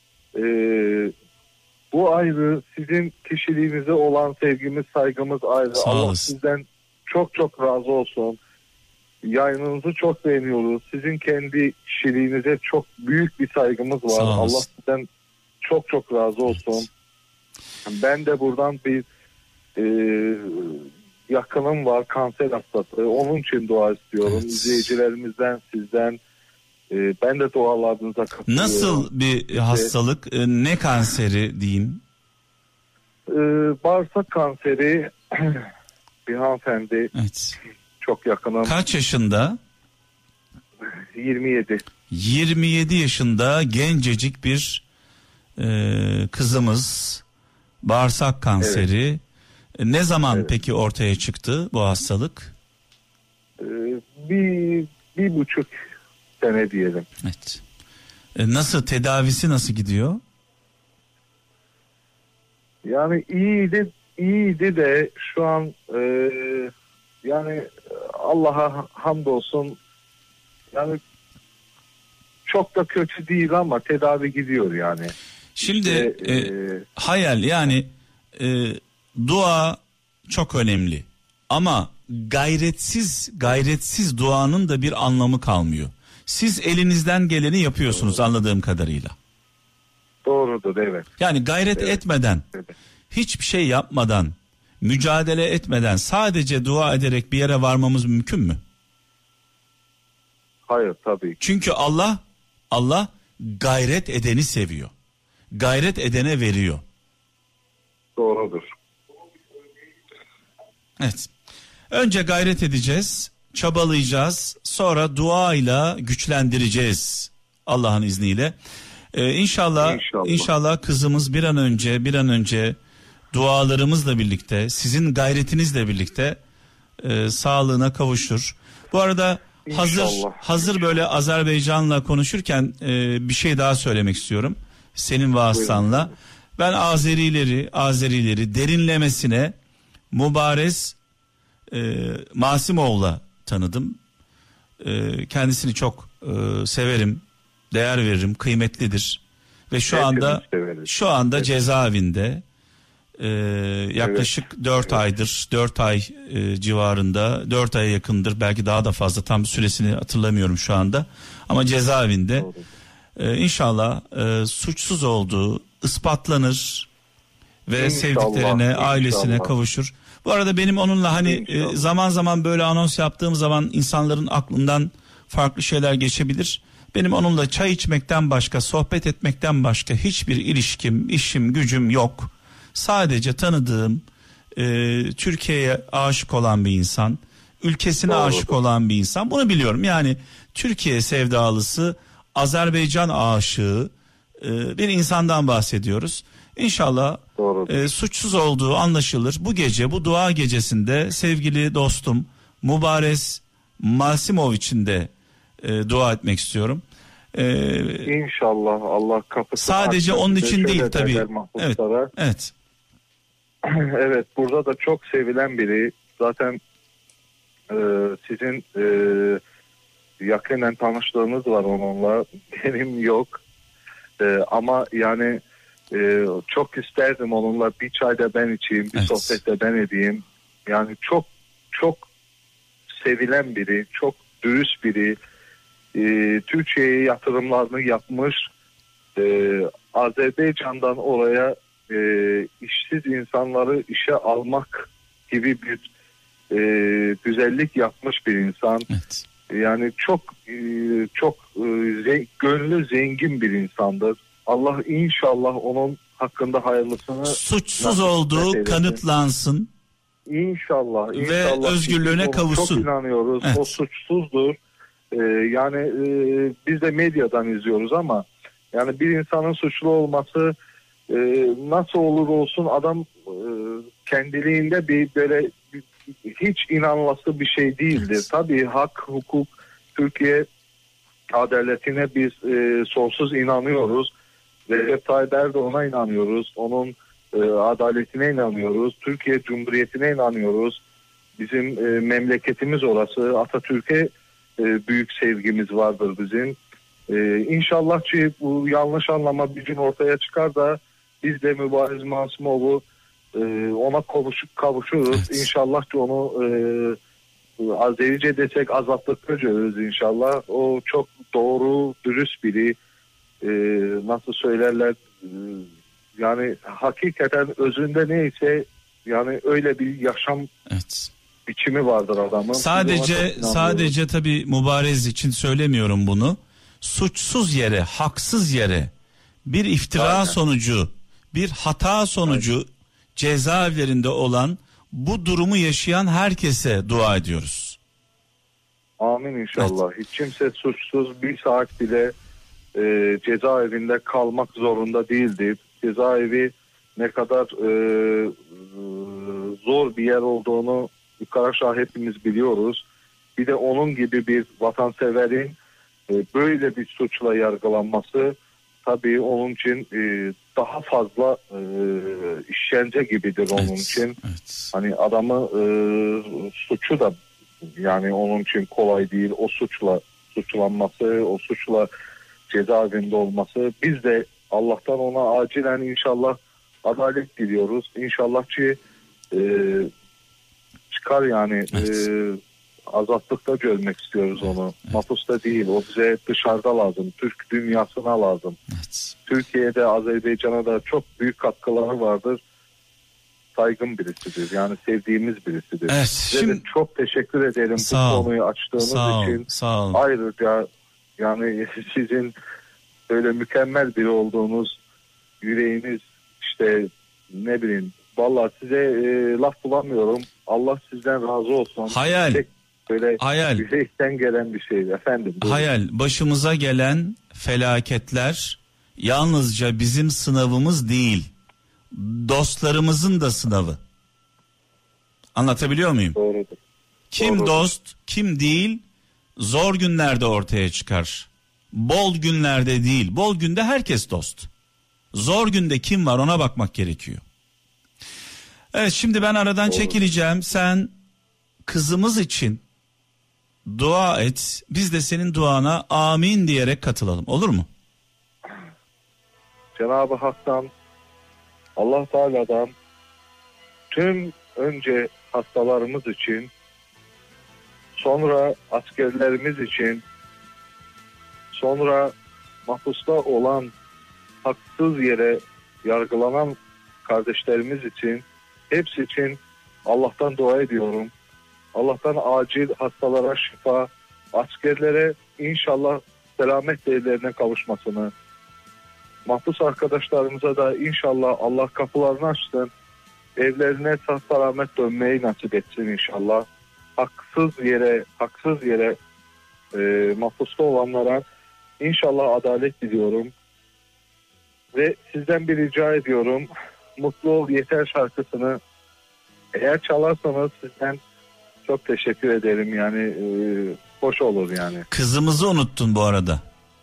Bu ayrı. Sizin kişiliğinize olan sevgimiz, saygımız ayrı. Sağ Allah olasın. sizden çok çok razı olsun. Yayınınızı çok beğeniyoruz. Sizin kendi kişiliğinize çok büyük bir saygımız var. Allah sizden çok çok razı olsun. Evet. Ben de buradan bir yakınım var, kanser hastası. Onun için dua istiyorum. Evet. İzleyicilerimizden, sizden ben de dualarınıza katılıyorum. Nasıl bir hastalık? Ne kanseri diyeyim? Bağırsak kanseri bir hanımefendi. Evet. Çok yakınım. Kaç yaşında? 27. 27 yaşında gencecik bir kızımız, bağırsak kanseri. Evet. Ne zaman peki ortaya çıktı bu hastalık? Bir buçuk sene diyelim. Evet. Nasıl, tedavisi nasıl gidiyor? Yani iyiydi de şu an yani Allah'a hamdolsun yani çok da kötü değil ama tedavi gidiyor yani. Şimdi hayal yani dua çok önemli ama gayretsiz duanın da bir anlamı kalmıyor. Siz elinizden geleni yapıyorsunuz anladığım kadarıyla. Doğrudur, evet. Yani gayret etmeden, hiçbir şey yapmadan, mücadele etmeden sadece dua ederek bir yere varmamız mümkün mü? Hayır, tabii. Çünkü Allah gayret edeni seviyor. Gayret edene veriyor. Doğrudur. Evet. Önce gayret edeceğiz, çabalayacağız, sonra güçlendireceğiz Allah'ın izniyle. İnşallah kızımız bir an önce dualarımızla birlikte, sizin gayretinizle birlikte sağlığına kavuşur. Bu arada hazır böyle Azerbaycan'la konuşurken bir şey daha söylemek istiyorum. Senin vasıtanla. Ben Azerileri derinlemesine mübarez Masimov'la tanıdım. Kendisini çok severim, değer veririm, kıymetlidir ve şu anda evet. cezaevinde yaklaşık 4 aydır, 4 ay civarında, 4 aya yakındır, belki daha da fazla, tam süresini hatırlamıyorum şu anda, ama cezaevinde. İnşallah suçsuz olduğu ispatlanır ve İnşallah, sevdiklerine, ailesine kavuşur. Bu arada benim onunla hani zaman zaman böyle anons yaptığım zaman insanların aklından farklı şeyler geçebilir. Benim onunla çay içmekten başka, sohbet etmekten başka hiçbir ilişkim, işim, gücüm yok. Sadece tanıdığım, Türkiye'ye aşık olan bir insan, ülkesine aşık olan bir insan. Bunu biliyorum. Yani Türkiye sevdalısı, Azerbaycan aşığı bir insandan bahsediyoruz. İnşallah suçsuz olduğu anlaşılır. Bu gece, bu dua gecesinde sevgili dostum Mubares Masimov için de dua etmek istiyorum. İnşallah Allah kapısını sadece onun için değil tabii. Evet. Evet, burada da çok sevilen biri. Zaten sizin yakinen tanıştığınız var onunla. Benim yok. Ama yani çok isterdim onunla bir çayda ben içeyim, bir sohbette ben edeyim. Yani çok çok sevilen biri, çok dürüst biri. Türkiye'ye yatırımlarını yapmış. Azerbaycan'dan oraya işsiz insanları işe almak gibi bir güzellik yapmış bir insan. Evet. Yani çok gönlü zengin bir insandır. Allah inşallah onun hakkında hayırlısını, suçsuz olduğu kanıtlansın. İnşallah. Ve özgürlüğüne kavuşsun. Çok inanıyoruz. Evet. O suçsuzdur. Yani biz de medyadan izliyoruz ama yani bir insanın suçlu olması nasıl olur olsun, adam kendiliğinde bir böyle hiç inanılası bir şey değildir. Evet. Tabii hak, hukuk, Türkiye adaletine biz sonsuz inanıyoruz. Recep Tayyip Erdoğan'a inanıyoruz. Onun adaletine inanıyoruz. Türkiye Cumhuriyeti'ne inanıyoruz. Bizim memleketimiz orası. Atatürk'e büyük sevgimiz vardır bizim. İnşallah ki bu yanlış anlama bir gün ortaya çıkar da biz de Mübariz Masimov'u ona kavuşuruz. Evet. İnşallah ki onu Azerice desek azatlıkla görürüz inşallah. O çok doğru, dürüst biri. Nasıl söylerler, yani hakikaten özünde neyse yani öyle bir yaşam biçimi vardır adamın. Sadece tabii Mübariz için söylemiyorum bunu. Suçsuz yere, haksız yere bir iftira sonucu, bir hata sonucu cezaevlerinde olan, bu durumu yaşayan herkese dua ediyoruz. Amin inşallah. Evet. Hiç kimse suçsuz bir saat bile cezaevinde kalmak zorunda değildir. Cezaevi ne kadar zor bir yer olduğunu yukarı aşağı hepimiz biliyoruz. Bir de onun gibi bir vatanseverin böyle bir suçla yargılanması tabii onun için daha fazla işkence gibidir onun için. Evet. Hani adamı suçu da yani onun için kolay değil. O suçla suçlanması, o suçla cezaevinde olması. Biz de Allah'tan ona acilen inşallah adalet diliyoruz. İnşallah ki çıkar yani. Evet. Azatlıkta görmek istiyoruz onu. Evet. Mahpusta değil. O bize dışarıda lazım. Türk dünyasına lazım. Evet. Türkiye'de, Azerbaycan'a da çok büyük katkıları vardır. Saygın birisidir. Yani sevdiğimiz birisidir. Evet. Size çok teşekkür ederim bu konuyu açtığınız için. Sağ olun. Ayrıca yani sizin böyle mükemmel biri olduğunuz, yüreğiniz işte ne bileyim. Vallahi size laf bulamıyorum. Allah sizden razı olsun. Hayal. Yürekten gelen bir şey efendim. Buyurun. Hayal. Başımıza gelen felaketler yalnızca bizim sınavımız değil, dostlarımızın da sınavı. Anlatabiliyor muyum? Doğrudur. Kim dost, kim değil, zor günlerde ortaya çıkar. Bol günlerde değil. Bol günde herkes dost. Zor günde kim var, ona bakmak gerekiyor. Evet, şimdi ben aradan çekileceğim. Sen kızımız için dua et. Biz de senin duana amin diyerek katılalım. Olur mu? Cenab-ı Hak'tan, Allah Teala'dan tüm önce hastalarımız için, sonra askerlerimiz için, sonra mahpusta olan, haksız yere yargılanan kardeşlerimiz için, hepsi için Allah'tan dua ediyorum. Allah'tan acil hastalara şifa, askerlere inşallah selamet evlerine kavuşmasını, mahpus arkadaşlarımıza da inşallah Allah kapılarını açsın, evlerine sağ selamet dönmeyi nasip etsin inşallah. Haksız yere mahpusta olanlara inşallah adalet diliyorum. Ve sizden bir rica ediyorum, Mutlu Ol Yeter şarkısını eğer çalarsanız sizden çok teşekkür ederim. Yani hoş olur yani. Kızımızı unuttun bu arada.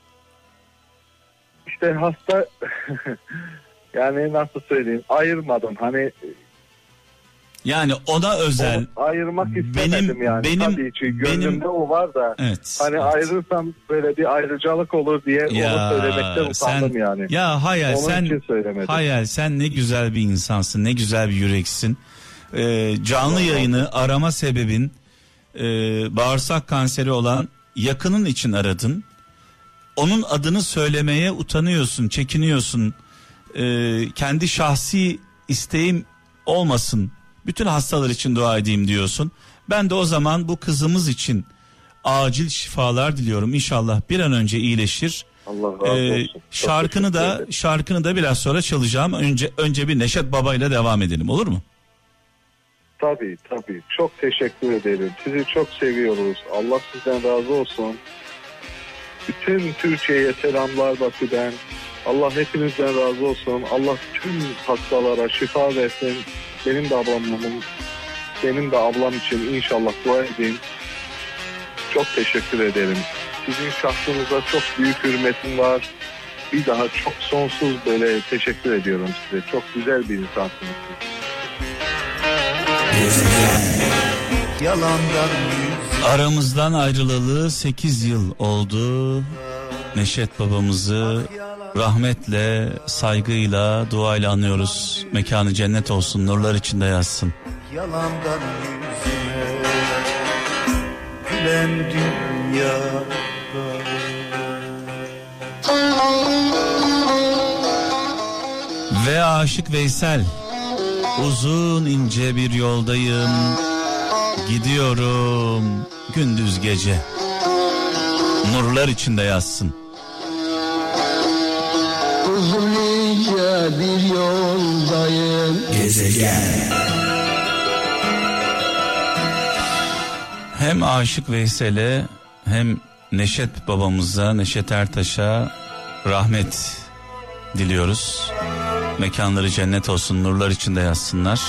İşte hasta yani nasıl söyleyeyim, ayırmadım hani. Yani ona özel. Ayırmak istemedim yani. Tabii ki gönlümde o var da. Evet, hani evet. Ayırırsam böyle bir ayrıcalık olur diye onu söylemekten utandım yani. Ya hayal sen. Sen ne güzel bir insansın, ne güzel bir yüreksin. Canlı yayını arama sebebin bağırsak kanseri olan yakının için aradın. Onun adını söylemeye utanıyorsun, çekiniyorsun. Kendi şahsi isteğim olmasın, bütün hastalar için dua edeyim diyorsun. Ben de o zaman bu kızımız için acil şifalar diliyorum. İnşallah bir an önce iyileşir. Allah razı olsun. Şarkını da biraz sonra çalacağım. Önce bir Neşet Baba ile devam edelim, olur mu? Tabii. Çok teşekkür ederim. Sizi çok seviyoruz. Allah sizden razı olsun. Bütün Türkiye'ye selamlar Bakü'den. Allah hepinizden razı olsun. Allah tüm hastalara şifa versin. Benim de ablam için inşallah dua edin. Çok teşekkür ederim. Sizin şahsınıza çok büyük hürmetim var. Bir daha çok sonsuz böyle teşekkür ediyorum size. Çok güzel bir insansınız. Aramızdan ayrılalı 8 yıl oldu. Neşet babamızı rahmetle, saygıyla, duayla anıyoruz. Mekanı cennet olsun, nurlar içinde yatsın. Yalandan yüzüme gülen dünyada. Ve Aşık Veysel, uzun ince bir yoldayım, gidiyorum gündüz gece, nurlar içinde yatsın. Uzun ince bir yoldayım. Gezegen. Hem Aşık Veysel'e hem Neşet babamıza, Neşet Ertaş'a rahmet diliyoruz. Mekanları cennet olsun, nurlar içinde yatsınlar.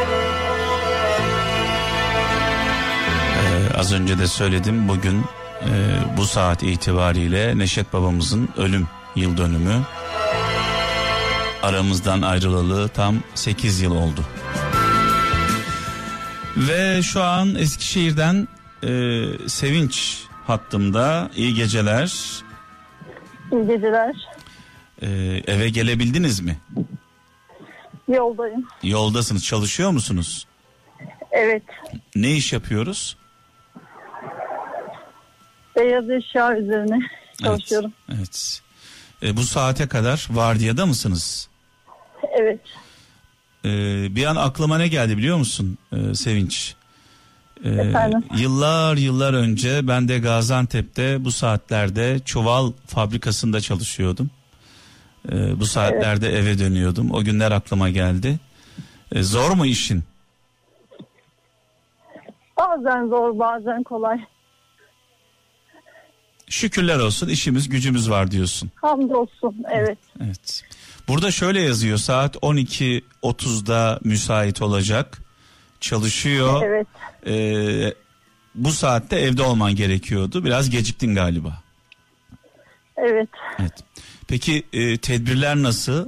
Az önce de söyledim, bugün bu saat itibariyle Neşet babamızın ölüm yıl dönümü. Aramızdan ayrılalı tam 8 yıl oldu. Ve şu an Eskişehir'den Sevinç hattımda. İyi geceler. İyi geceler. Eve gelebildiniz mi? Yoldayım. Yoldasınız. Çalışıyor musunuz? Evet. Ne iş yapıyoruz? Beyaz eşya üzerine çalışıyorum. Evet. Bu saate kadar vardiyada mısınız? Evet. Bir an aklıma ne geldi biliyor musun Sevinç? Efendim? Yıllar önce ben de Gaziantep'te bu saatlerde çuval fabrikasında çalışıyordum. Bu saatlerde eve dönüyordum. O günler aklıma geldi. Zor mu işin? Bazen zor, bazen kolay. Şükürler olsun, işimiz gücümüz var diyorsun. Hamdolsun, evet. Evet. Burada şöyle yazıyor, saat 12.30'da müsait olacak. Çalışıyor. Evet. Bu saatte evde olman gerekiyordu. Biraz geciktin galiba. Evet. Evet. Peki tedbirler nasıl?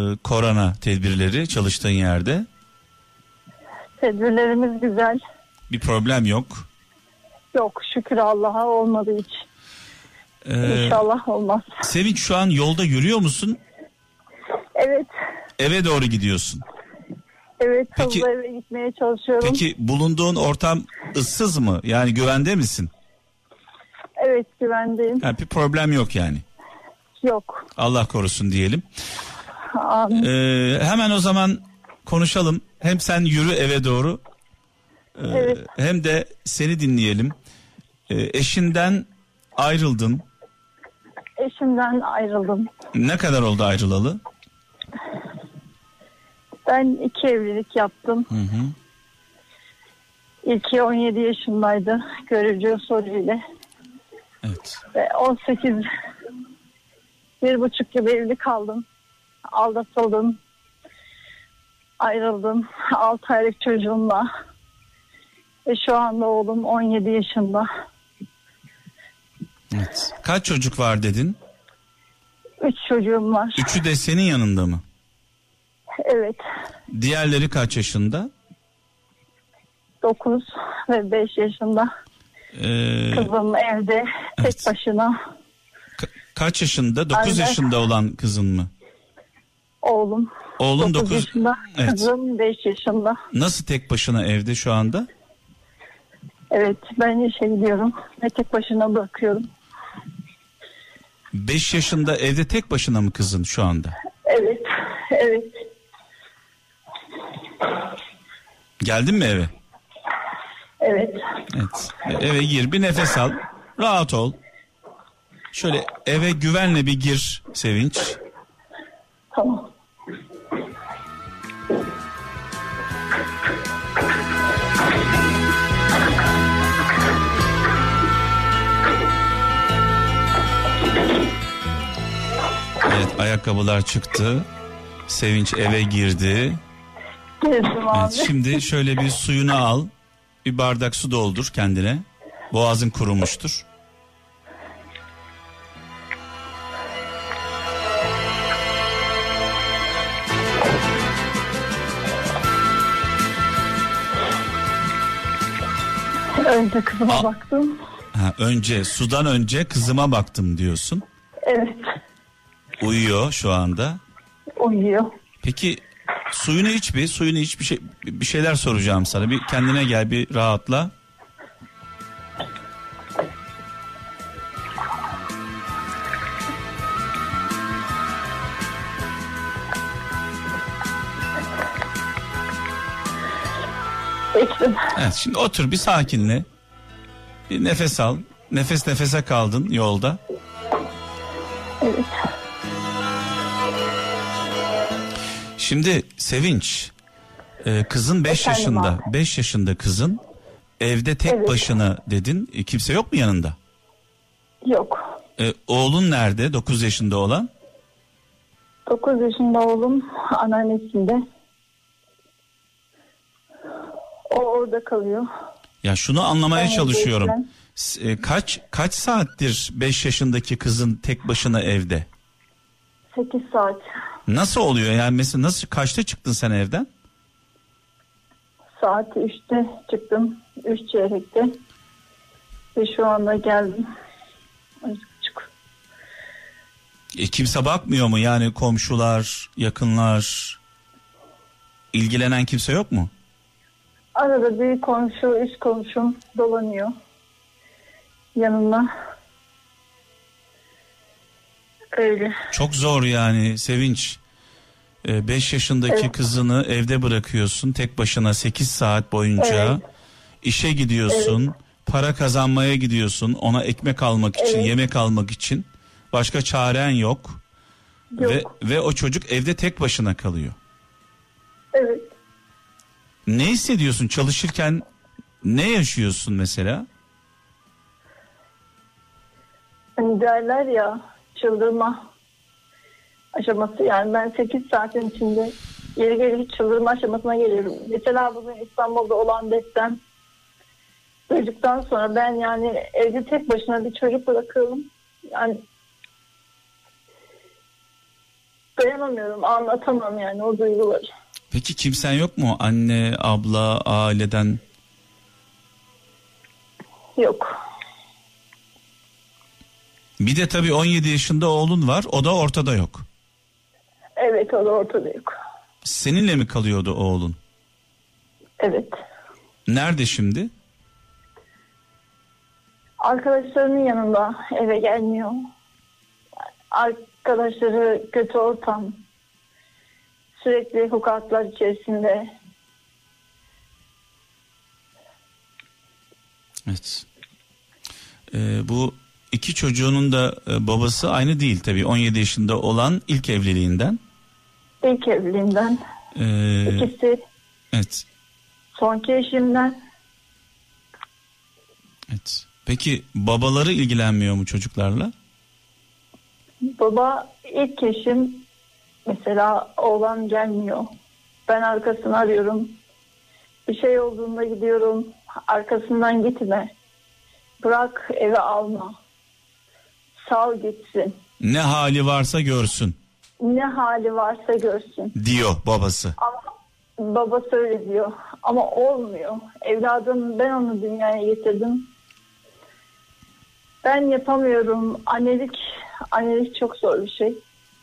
Korona tedbirleri çalıştığın yerde? Tedbirlerimiz güzel. Bir problem yok. Yok, şükür Allah'a olmadı hiç. İnşallah olmaz. Sevinç, şu an yolda yürüyor musun? Evet. Eve doğru gidiyorsun. Evet, Peki, hızlı eve gitmeye çalışıyorum. Peki bulunduğun ortam ıssız mı? Yani güvende misin? Evet, güvendeyim. Yani bir problem yok yani. Yok. Allah korusun diyelim. Amin. Hemen o zaman konuşalım. Hem sen yürü eve doğru. Evet. Hem de seni dinleyelim. Eşinden ayrıldın. Eşimden ayrıldım. Ne kadar oldu ayrılalı? Ben 2 evlilik yaptım. Hı hı. İlki 17 yaşındaydı. Görücü usulüyle. Evet. Ve 18, 1,5 yıl evli kaldım. Aldatıldım. Ayrıldım. 6 aylık çocuğumla. Ve şu anda oğlum 17 yaşında. Evet. Kaç çocuk var dedin? 3 çocuğum var. Üçü de senin yanında mı? Evet. Diğerleri kaç yaşında? 9 ve 5 yaşında. Kızım evde tek başına. Kaç yaşında? 9 Aynen. yaşında olan kızın mı? Oğlum. Oğlun 9 yaşında. Evet. Kızım 5 yaşında. Nasıl tek başına evde şu anda? Evet, ben işe gidiyorum ve tek başına bırakıyorum. 5 yaşında evde tek başına mı kızın şu anda? Evet, evet. Geldin mi eve? Evet. Evet. Eve gir, bir nefes al. Rahat ol. Şöyle eve güvenle bir gir Sevinç. Tamam. Evet, ayakkabılar çıktı. Sevinç eve girdi. Girdim abi. Evet, şimdi şöyle bir suyunu al. Bir bardak su doldur kendine. Boğazın kurumuştur. Önce kızıma baktım. Sudan önce kızıma baktım diyorsun. Evet. Uyuyor şu anda. Uyuyor. Peki suyunu iç bir şeyler soracağım sana. Bir kendine gel, bir rahatla. İçtim. Evet, şimdi otur bir sakinle. Bir nefes al. Nefes nefese kaldın yolda. Evet. Şimdi Sevinç, kızın 5 yaşında. abi. 5 yaşında kızın. Evde tek Evet. başına dedin. Kimse yok mu yanında? Yok. Oğlun nerede? 9 yaşında olan. 9 yaşında oğlum anneannesinde. O orada kalıyor. Ya şunu anlamaya Ben çalışıyorum. evdeyken Kaç saattir 5 yaşındaki kızın tek başına evde? 8 saat. Nasıl oluyor? Yani mesela kaçta çıktın sen evden? Saat 3'te çıktım. 3 çeyrekte. Ve şu anda geldim. 3:30. Kimse bakmıyor mu? Yani komşular, yakınlar, ilgilenen kimse yok mu? Arada bir komşu, üst komşum dolanıyor. Yanımda. Öyle. Çok zor yani Sevinç. 5 yaşındaki Evet. kızını evde bırakıyorsun tek başına 8 saat boyunca. Evet. İşe gidiyorsun, para kazanmaya gidiyorsun, ona ekmek almak için, Evet. yemek almak için. Başka çaren yok. Yok. Ve o çocuk evde tek başına kalıyor. Evet. Ne hissediyorsun çalışırken, ne yaşıyorsun mesela? Hani derler ya, çıldırma aşaması, yani ben 8 saatin içinde geri geri çıldırma aşamasına geliyorum. Mesela bugün İstanbul'da olan deprem duyduktan sonra ben yani evde tek başına bir çocuk bırakıyorum. Yani dayanamıyorum, anlatamam yani o duyguları. Peki kimsen yok mu? Anne, abla, aileden? Yok. Bir de tabii 17 yaşında oğlun var, o da ortada yok. Evet, o da ortada yok. Seninle mi kalıyordu oğlun? Evet. Nerede şimdi? Arkadaşlarının yanında, eve gelmiyor. Arkadaşları kötü ortam. Sürekli hukukatlar içerisinde. Evet. Bu iki çocuğunun da babası aynı değil tabii. 17 yaşında olan ilk evliliğinden. İlk evliliğinden. İkisi Evet. sonki eşimden. Evet. Peki babaları ilgilenmiyor mu çocuklarla? Baba ilk eşim mesela oğlan gelmiyor. Ben arkasını arıyorum. Bir şey olduğunda gidiyorum. Arkasından gitme. Bırak eve alma. Sal gitsin. Ne hali varsa görsün Ne hali varsa görsün. diyor babası. Ama baba öyle diyor. Ama olmuyor. Evladım, ben onu dünyaya getirdim. Ben yapamıyorum. Annelik çok zor bir şey.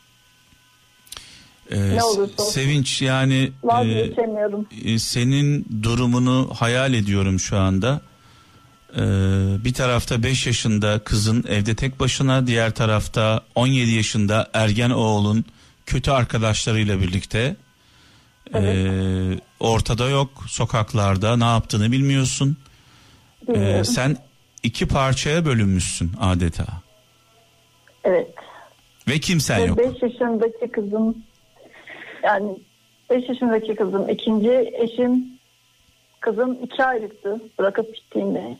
Ne olursa olsun. Sevinç, yani Vazgeçemiyorum. senin durumunu hayal ediyorum şu anda. Bir tarafta 5 yaşında kızın evde tek başına, diğer tarafta 17 yaşında ergen oğlun kötü arkadaşlarıyla birlikte. Evet. Ortada yok, sokaklarda, ne yaptığını bilmiyorsun. Sen iki parçaya bölünmüşsün adeta. Evet. Ve kimsen yok. 5 yaşındaki kızım, yani 5 yaşındaki kızım, ikinci eşim, kızım 2 aylıktı bırakıp gittiğinde.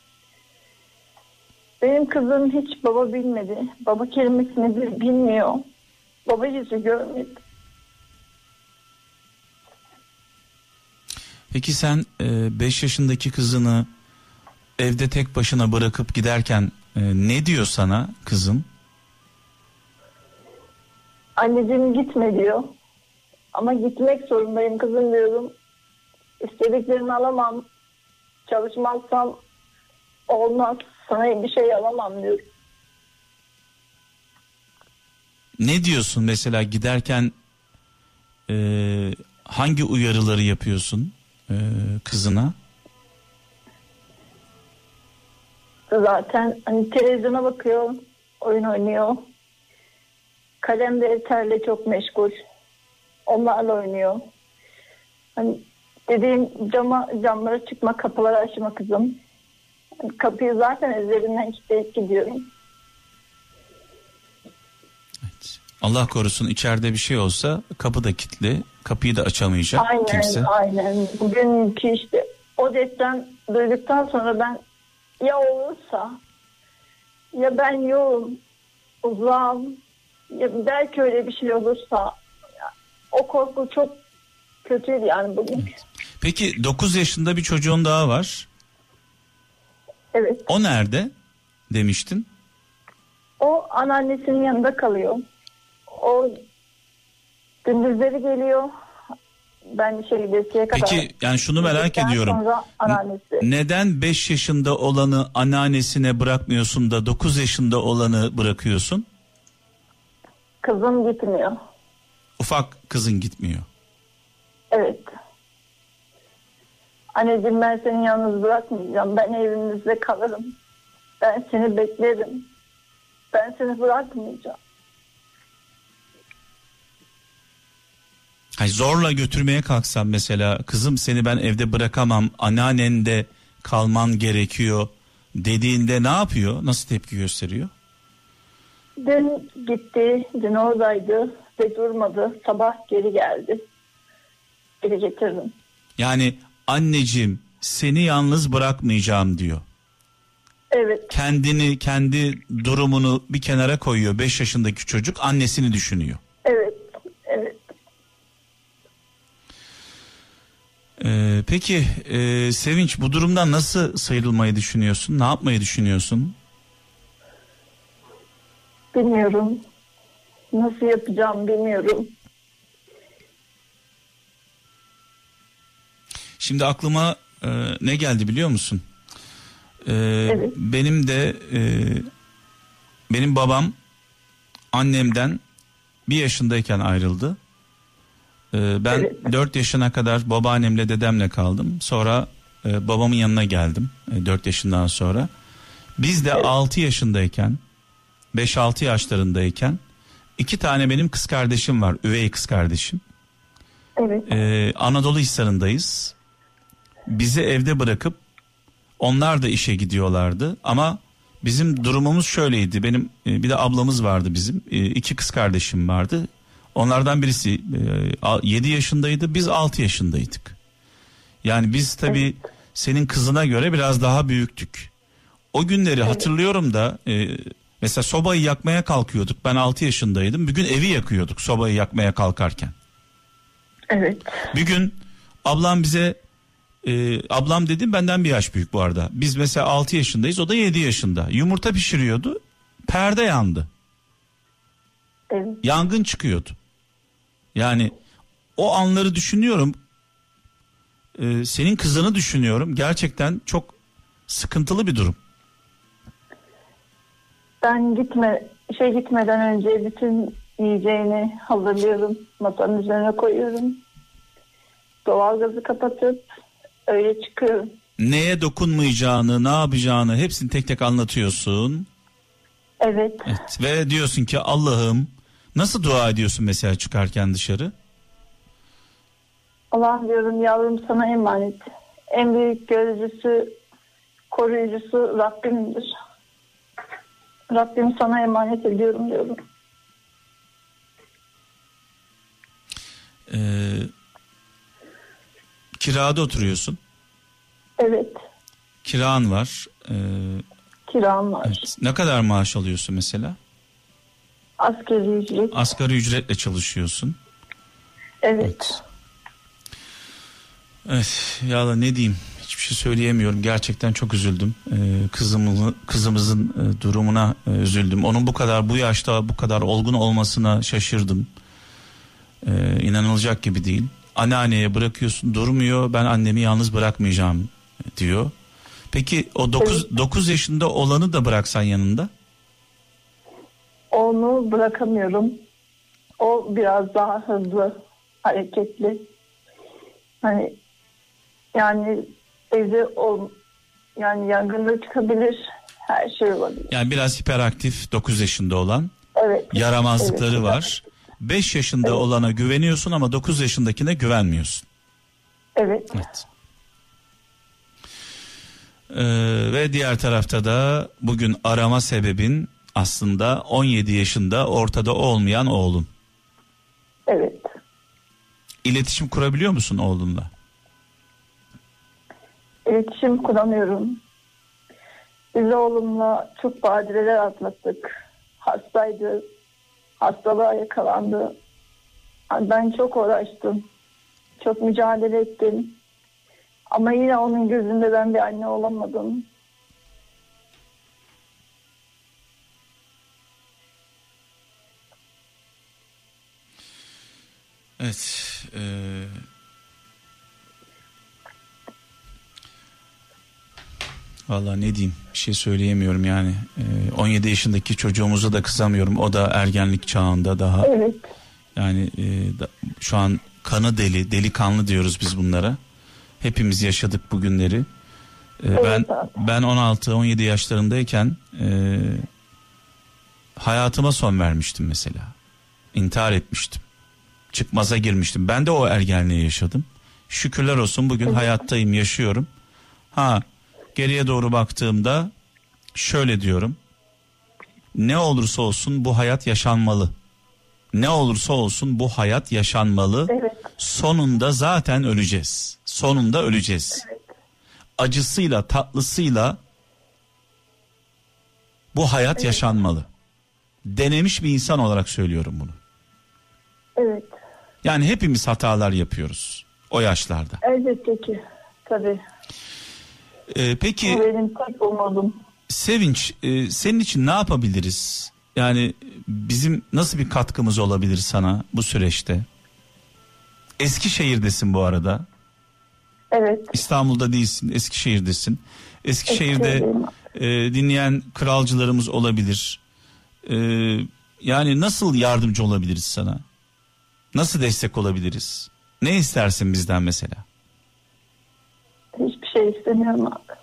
Benim kızım hiç baba bilmedi. Baba kelimesini bilmiyor. Baba yüzü görmedi. Peki sen 5 yaşındaki kızını evde tek başına bırakıp giderken ne diyor sana kızın? Anneciğim gitme diyor. Ama gitmek zorundayım kızım diyorum. İstediklerini alamam. Çalışmazsam olmaz. Sana bir şey alamam diyorum. Ne diyorsun mesela giderken, hangi uyarıları yapıyorsun kızına? Zaten hani televizyona bakıyor, oyun oynuyor. Kalem defterle çok meşgul. Onlarla oynuyor. Hani dediğim camlara çıkma, kapıları açma kızım. Yani kapıyı zaten üzerinden kilitleyip gidiyorum. Evet. Allah korusun içeride bir şey olsa kapı da kilitli, kapıyı da açamayacak kimse. Aynen. Bugünkü işte o deprem duyduktan sonra ben ya olursa ya ben yoğum, uzağım, ya belki öyle bir şey olursa, o korku çok kötüydü yani bugün. Evet. Peki 9 yaşında bir çocuğun daha var. Evet. O nerede demiştin? O anneannesinin yanında kalıyor. O gündüzleri geliyor. Ben gidesiye kadar. Peki yani şunu merak ediyorum. Neden 5 yaşında olanı anneannesine bırakmıyorsun da 9 yaşında olanı bırakıyorsun? Kızım gitmiyor. Ufak kızın gitmiyor. Evet. Anneciğim, ben seni yalnız bırakmayacağım. Ben evimizde kalırım. Ben seni beklerim. Ben seni bırakmayacağım. Hayır, zorla götürmeye kalksam mesela, kızım seni ben evde bırakamam, anneannende kalman gerekiyor dediğinde ne yapıyor? Nasıl tepki gösteriyor? Dün gitti, dün oradaydı ve durmadı. Sabah geri geldi. Geri getirdim. Yani anneciğim seni yalnız bırakmayacağım diyor. Evet. Kendi durumunu bir kenara koyuyor. 5 yaşındaki çocuk annesini düşünüyor. Evet, evet. Peki Sevinç, bu durumdan nasıl sıyrılmayı düşünüyorsun? Ne yapmayı düşünüyorsun? Bilmiyorum. Nasıl yapacağım bilmiyorum. Şimdi aklıma ne geldi biliyor musun? Evet. Benim de benim babam annemden 1 yaşındayken ayrıldı. Ben Evet. 4 yaşına kadar babaannemle dedemle kaldım. Sonra babamın yanına geldim 4 yaşından sonra. Biz de Evet. 6 yaşındayken 5-6 yaşlarındayken 2 tane benim kız kardeşim var. Üvey kız kardeşim. Evet. Anadolu Hisarı'ndayız. Bizi evde bırakıp onlar da işe gidiyorlardı. Ama bizim durumumuz şöyleydi. Benim bir de ablamız vardı bizim. 2 kız kardeşim vardı. Onlardan birisi 7 yaşındaydı. Biz 6 yaşındaydık. Yani biz tabii senin kızına göre biraz daha büyüktük. O günleri hatırlıyorum da mesela sobayı yakmaya kalkıyorduk. Ben 6 yaşındaydım. Bir gün evi yakıyorduk sobayı yakmaya kalkarken. Evet. Bir gün ablam bize ablam dedim benden bir yaş büyük bu arada. Biz mesela 6 yaşındayız, o da 7 yaşında. Yumurta pişiriyordu. Perde yandı. Evet. Yangın çıkıyordu. Yani o anları düşünüyorum. Senin kızını düşünüyorum. Gerçekten çok sıkıntılı bir durum. Ben gitmeden önce bütün yiyeceğini hazırlıyorum. Masanın üzerine koyuyorum. Doğalgazı kapatıp öyle çıkıyorum. Neye dokunmayacağını, ne yapacağını hepsini tek tek anlatıyorsun. Evet. Evet. Ve diyorsun ki Allah'ım, nasıl dua ediyorsun mesela çıkarken dışarı? Allah'ım diyorum, yavrum sana emanet. En büyük gözcüsü, koruyucusu Rabbimdir. Rabbim sana emanet ediyorum diyorum. Kirada oturuyorsun. Evet. Kiran var. Kiram var. Evet. Ne kadar maaş alıyorsun mesela? Asgari ücret. Asgari ücretle çalışıyorsun. Evet. Evet ya ne diyeyim, hiçbir şey söyleyemiyorum, gerçekten çok üzüldüm. Kızımızın durumuna üzüldüm. Onun bu yaşta bu kadar olgun olmasına şaşırdım. İnanılacak gibi değil. Anneanneye bırakıyorsun, durmuyor, ben annemi yalnız bırakmayacağım diyor. Peki o 9 yaşında olanı da bıraksan yanında? Onu bırakamıyorum. O biraz daha hızlı, hareketli. Hani yani evde yani yangında çıkabilir, her şey olabilir. Yani biraz hiperaktif 9 yaşında olan. Evet. Yaramazlıkları evet. var. 5 yaşında olana güveniyorsun ama 9 yaşındakine güvenmiyorsun. Evet. Evet. Ve diğer tarafta da bugün arama sebebin aslında 17 yaşında ortada olmayan oğlun. Evet. İletişim kurabiliyor musun oğlunla? İletişim kuramıyorum. Biz oğlumla çok badireler atlattık. Hastaydı. Hastalığa yakalandı. Ben çok uğraştım. Çok mücadele ettim. Ama yine onun gözünde ben bir anne olamadım. Evet. Vallahi ne diyeyim, bir şey söyleyemiyorum yani. 17 yaşındaki çocuğumuza da kızamıyorum. O da ergenlik çağında daha. Evet. Yani şu an kanı delikanlı diyoruz biz bunlara. Hepimiz yaşadık bu günleri. Ben 16-17 yaşlarındayken hayatıma son vermiştim mesela. İntihar etmiştim. Çıkmaza girmiştim. Ben de o ergenliği yaşadım. Şükürler olsun bugün hayattayım, yaşıyorum. Geriye doğru baktığımda şöyle diyorum. Ne olursa olsun bu hayat yaşanmalı. Ne olursa olsun bu hayat yaşanmalı. Evet. Sonunda zaten öleceğiz. Sonunda öleceğiz. Evet. Acısıyla tatlısıyla bu hayat yaşanmalı. Denemiş bir insan olarak söylüyorum bunu. Evet. Yani hepimiz hatalar yapıyoruz o yaşlarda. Elbette ki. Tabii. Peki Bu benim tek umudum. Sevinç, senin için ne yapabiliriz? Yani bizim nasıl bir katkımız olabilir sana bu süreçte? Eskişehir'desin bu arada. Evet. İstanbul'da değilsin, Eskişehir'desin. Eskişehir'de dinleyen kralcılarımız olabilir. Yani nasıl yardımcı olabiliriz sana? Nasıl destek olabiliriz? Ne istersin bizden mesela? Hiçbir şey istemiyorum abi.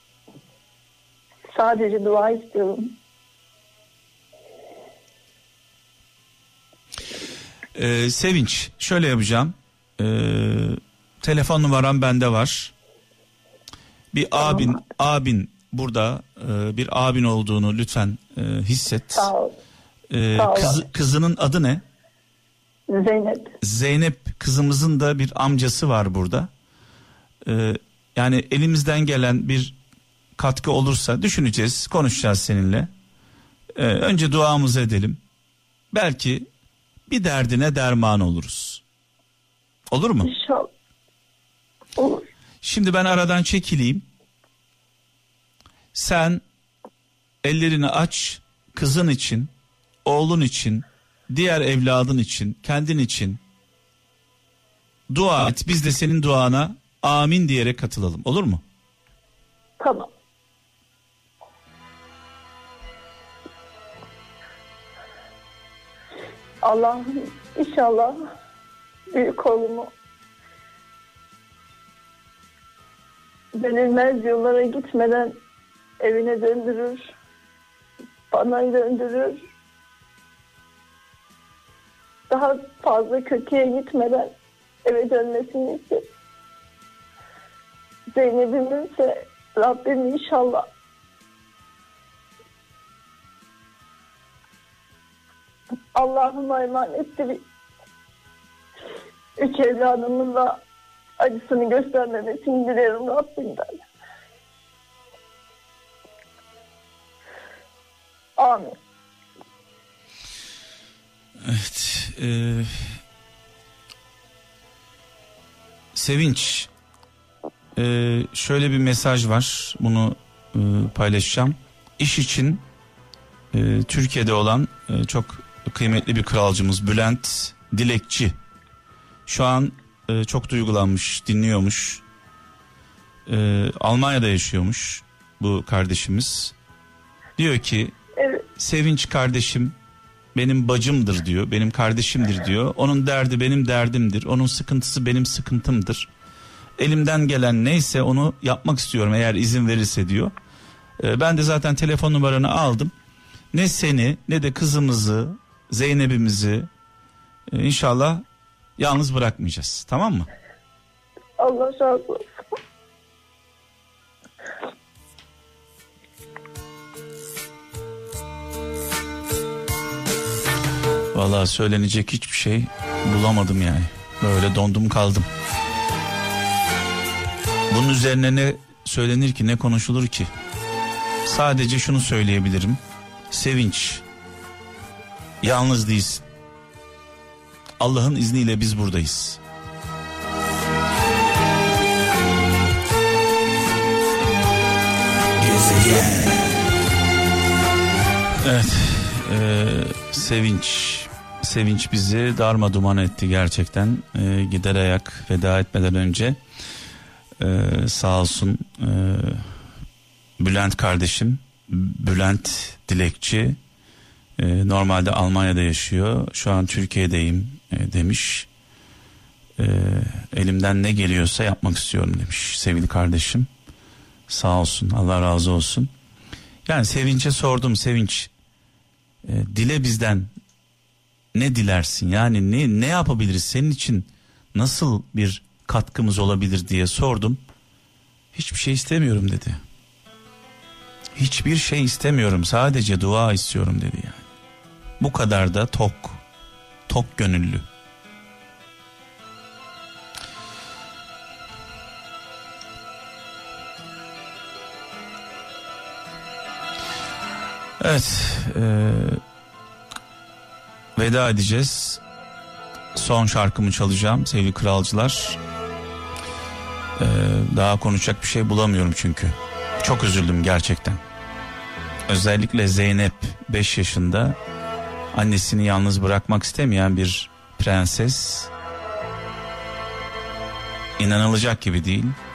Sadece dua istiyorum. Sevinç, şöyle yapacağım. Telefon numaram bende var. Bir abin burada, bir abin olduğunu lütfen hisset. Sağ ol. Kızının adı ne? Zeynep. Zeynep kızımızın da bir amcası var burada. Yani elimizden gelen bir katkı olursa düşüneceğiz, konuşacağız seninle. Önce duamızı edelim. Belki bir derdine derman oluruz. Olur mu? İnşallah. Olur. Şimdi ben aradan çekileyim. Sen ellerini aç, kızın için, oğlun için, diğer evladın için, kendin için dua et. Biz de senin duana amin diyerek katılalım. Olur mu? Tamam. Allah'ım inşallah büyük oğlumu denilmez yollara gitmeden evine döndürür, bana döndürür. Daha fazla kötüye gitmeden eve dönmesini istedim. Zeynep'imin ise Rabbim inşallah Allah'ıma emanettir. 3 evladımın da acısını göstermemesini dilerim Rabbimden. Amin. Evet. Sevinç. Şöyle bir mesaj var. Bunu paylaşacağım. İş için Türkiye'de olan çok kıymetli bir kralcımız Bülent Dilekçi. Şu an çok duygulanmış, dinliyormuş. Almanya'da yaşıyormuş bu kardeşimiz. Diyor ki Evet. Sevinç kardeşim benim bacımdır diyor, benim kardeşimdir diyor. Onun derdi benim derdimdir, onun sıkıntısı benim sıkıntımdır. Elimden gelen neyse onu yapmak istiyorum eğer izin verirse diyor. Ben de zaten telefon numaranı aldım. Ne seni ne de kızımızı, Zeynep'imizi inşallah yalnız bırakmayacağız. Tamam mı? Allah razı olsun. Vallahi söylenecek hiçbir şey bulamadım yani. Böyle dondum kaldım. Bunun üzerine ne söylenir ki, ne konuşulur ki? Sadece şunu söyleyebilirim. Sevinç, yalnız değilsin. Allah'ın izniyle biz buradayız. Evet, Sevinç bizi darmaduman etti gerçekten. Gider ayak veda etmeden önce sağ olsun Bülent kardeşim, Bülent Dilekçi, normalde Almanya'da yaşıyor, şu an Türkiye'deyim demiş. Elimden ne geliyorsa yapmak istiyorum demiş sevgili kardeşim. Sağ olsun, Allah razı olsun. Yani Sevinç'e sordum, Sevinç dile bizden, ne dilersin yani, ne yapabiliriz senin için, nasıl bir katkımız olabilir diye sordum. Hiçbir şey istemiyorum dedi. Hiçbir şey istemiyorum, sadece dua istiyorum dedi yani. Bu kadar da tok gönüllü. Evet, veda edeceğiz. Son şarkımı çalacağım sevgili kralcılar. Daha konuşacak bir şey bulamıyorum çünkü. Çok üzüldüm gerçekten. Özellikle Zeynep 5 yaşında, annesini yalnız bırakmak istemeyen bir prenses. İnanılacak gibi değil.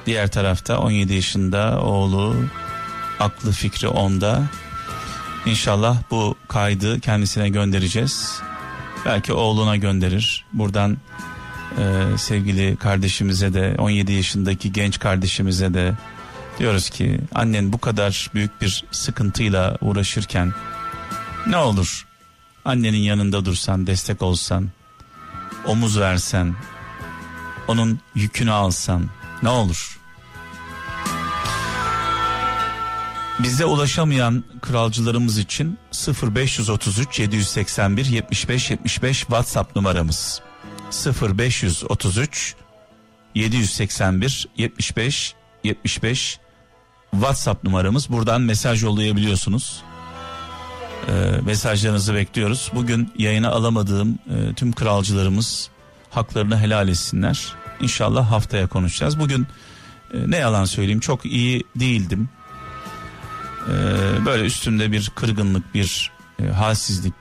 Diğer tarafta 17 yaşında oğlu, aklı fikri onda. İnşallah bu kaydı kendisine göndereceğiz. Belki oğluna gönderir. Buradan sevgili kardeşimize de, 17 yaşındaki genç kardeşimize de diyoruz ki annen bu kadar büyük bir sıkıntıyla uğraşırken ne olur annenin yanında dursan, destek olsan, omuz versen, onun yükünü alsan ne olur? Bize ulaşamayan kralcılarımız için 0533 781 75 75 WhatsApp numaramız. 0533 781 75 75 WhatsApp numaramız. Buradan mesaj yollayabiliyorsunuz. Mesajlarınızı bekliyoruz. Bugün yayına alamadığım tüm kralcılarımız haklarını helal etsinler. İnşallah haftaya konuşacağız. Bugün ne yalan söyleyeyim, çok iyi değildim. Böyle üstümde bir kırgınlık, bir halsizlik,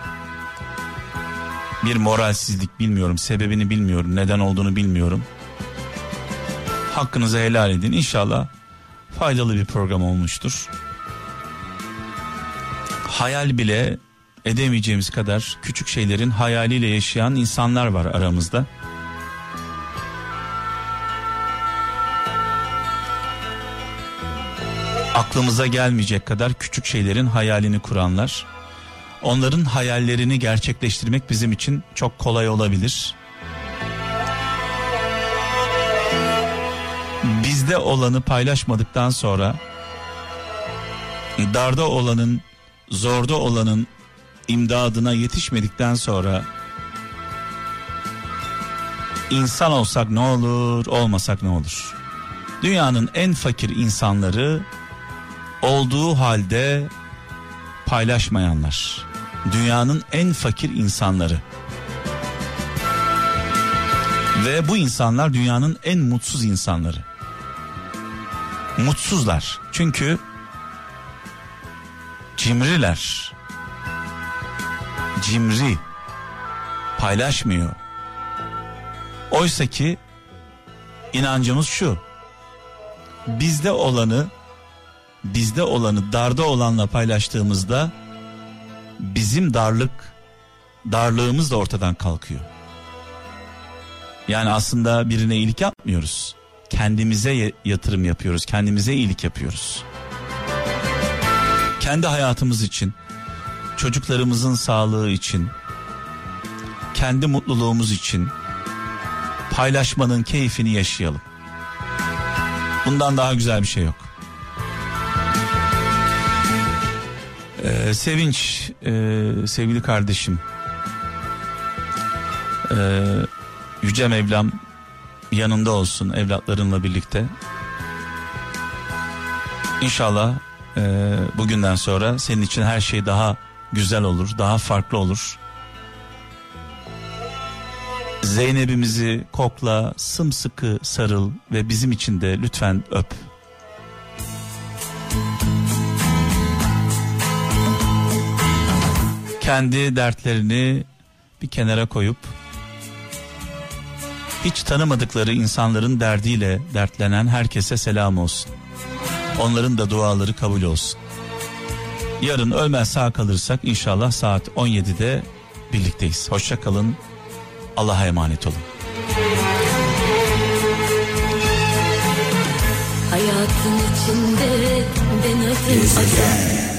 bir moralsizlik, bilmiyorum. Sebebini bilmiyorum. Neden olduğunu bilmiyorum. Hakkınızı helal edin. İnşallah faydalı bir program olmuştur. Hayal bile edemeyeceğimiz kadar küçük şeylerin hayaliyle yaşayan insanlar var aramızda. Aklımıza gelmeyecek kadar küçük şeylerin hayalini kuranlar. Onların hayallerini gerçekleştirmek bizim için çok kolay olabilir. Bizde olanı paylaşmadıktan sonra, darda olanın, zorda olanın imdadına yetişmedikten sonra, insan olsak ne olur, olmasak ne olur? Dünyanın en fakir insanları olduğu halde paylaşmayanlar. Dünyanın en fakir insanları. Ve bu insanlar dünyanın en mutsuz insanları. Mutsuzlar. Çünkü cimriler. Cimri. Paylaşmıyor. Oysa ki inancımız şu: bizde olanı darda olanla paylaştığımızda bizim darlığımız da ortadan kalkıyor. Yani aslında birine iyilik yapmıyoruz. Kendimize yatırım yapıyoruz. Kendimize iyilik yapıyoruz. Kendi hayatımız için, çocuklarımızın sağlığı için, kendi mutluluğumuz için paylaşmanın keyfini yaşayalım. Bundan daha güzel bir şey yok. Sevinç, sevgili kardeşim, Yüce Mevlam yanında olsun evlatlarınla birlikte. İnşallah bugünden sonra senin için her şey daha güzel olur, daha farklı olur. Zeynep'imizi kokla, sımsıkı sarıl ve bizim için de lütfen öp. Kendi dertlerini bir kenara koyup hiç tanımadıkları insanların derdiyle dertlenen herkese selam olsun. Onların da duaları kabul olsun. Yarın ölmez sağ kalırsak inşallah saat 17'de birlikteyiz. Hoşça kalın. Allah'a emanet olun. Hayatın içinde denedim.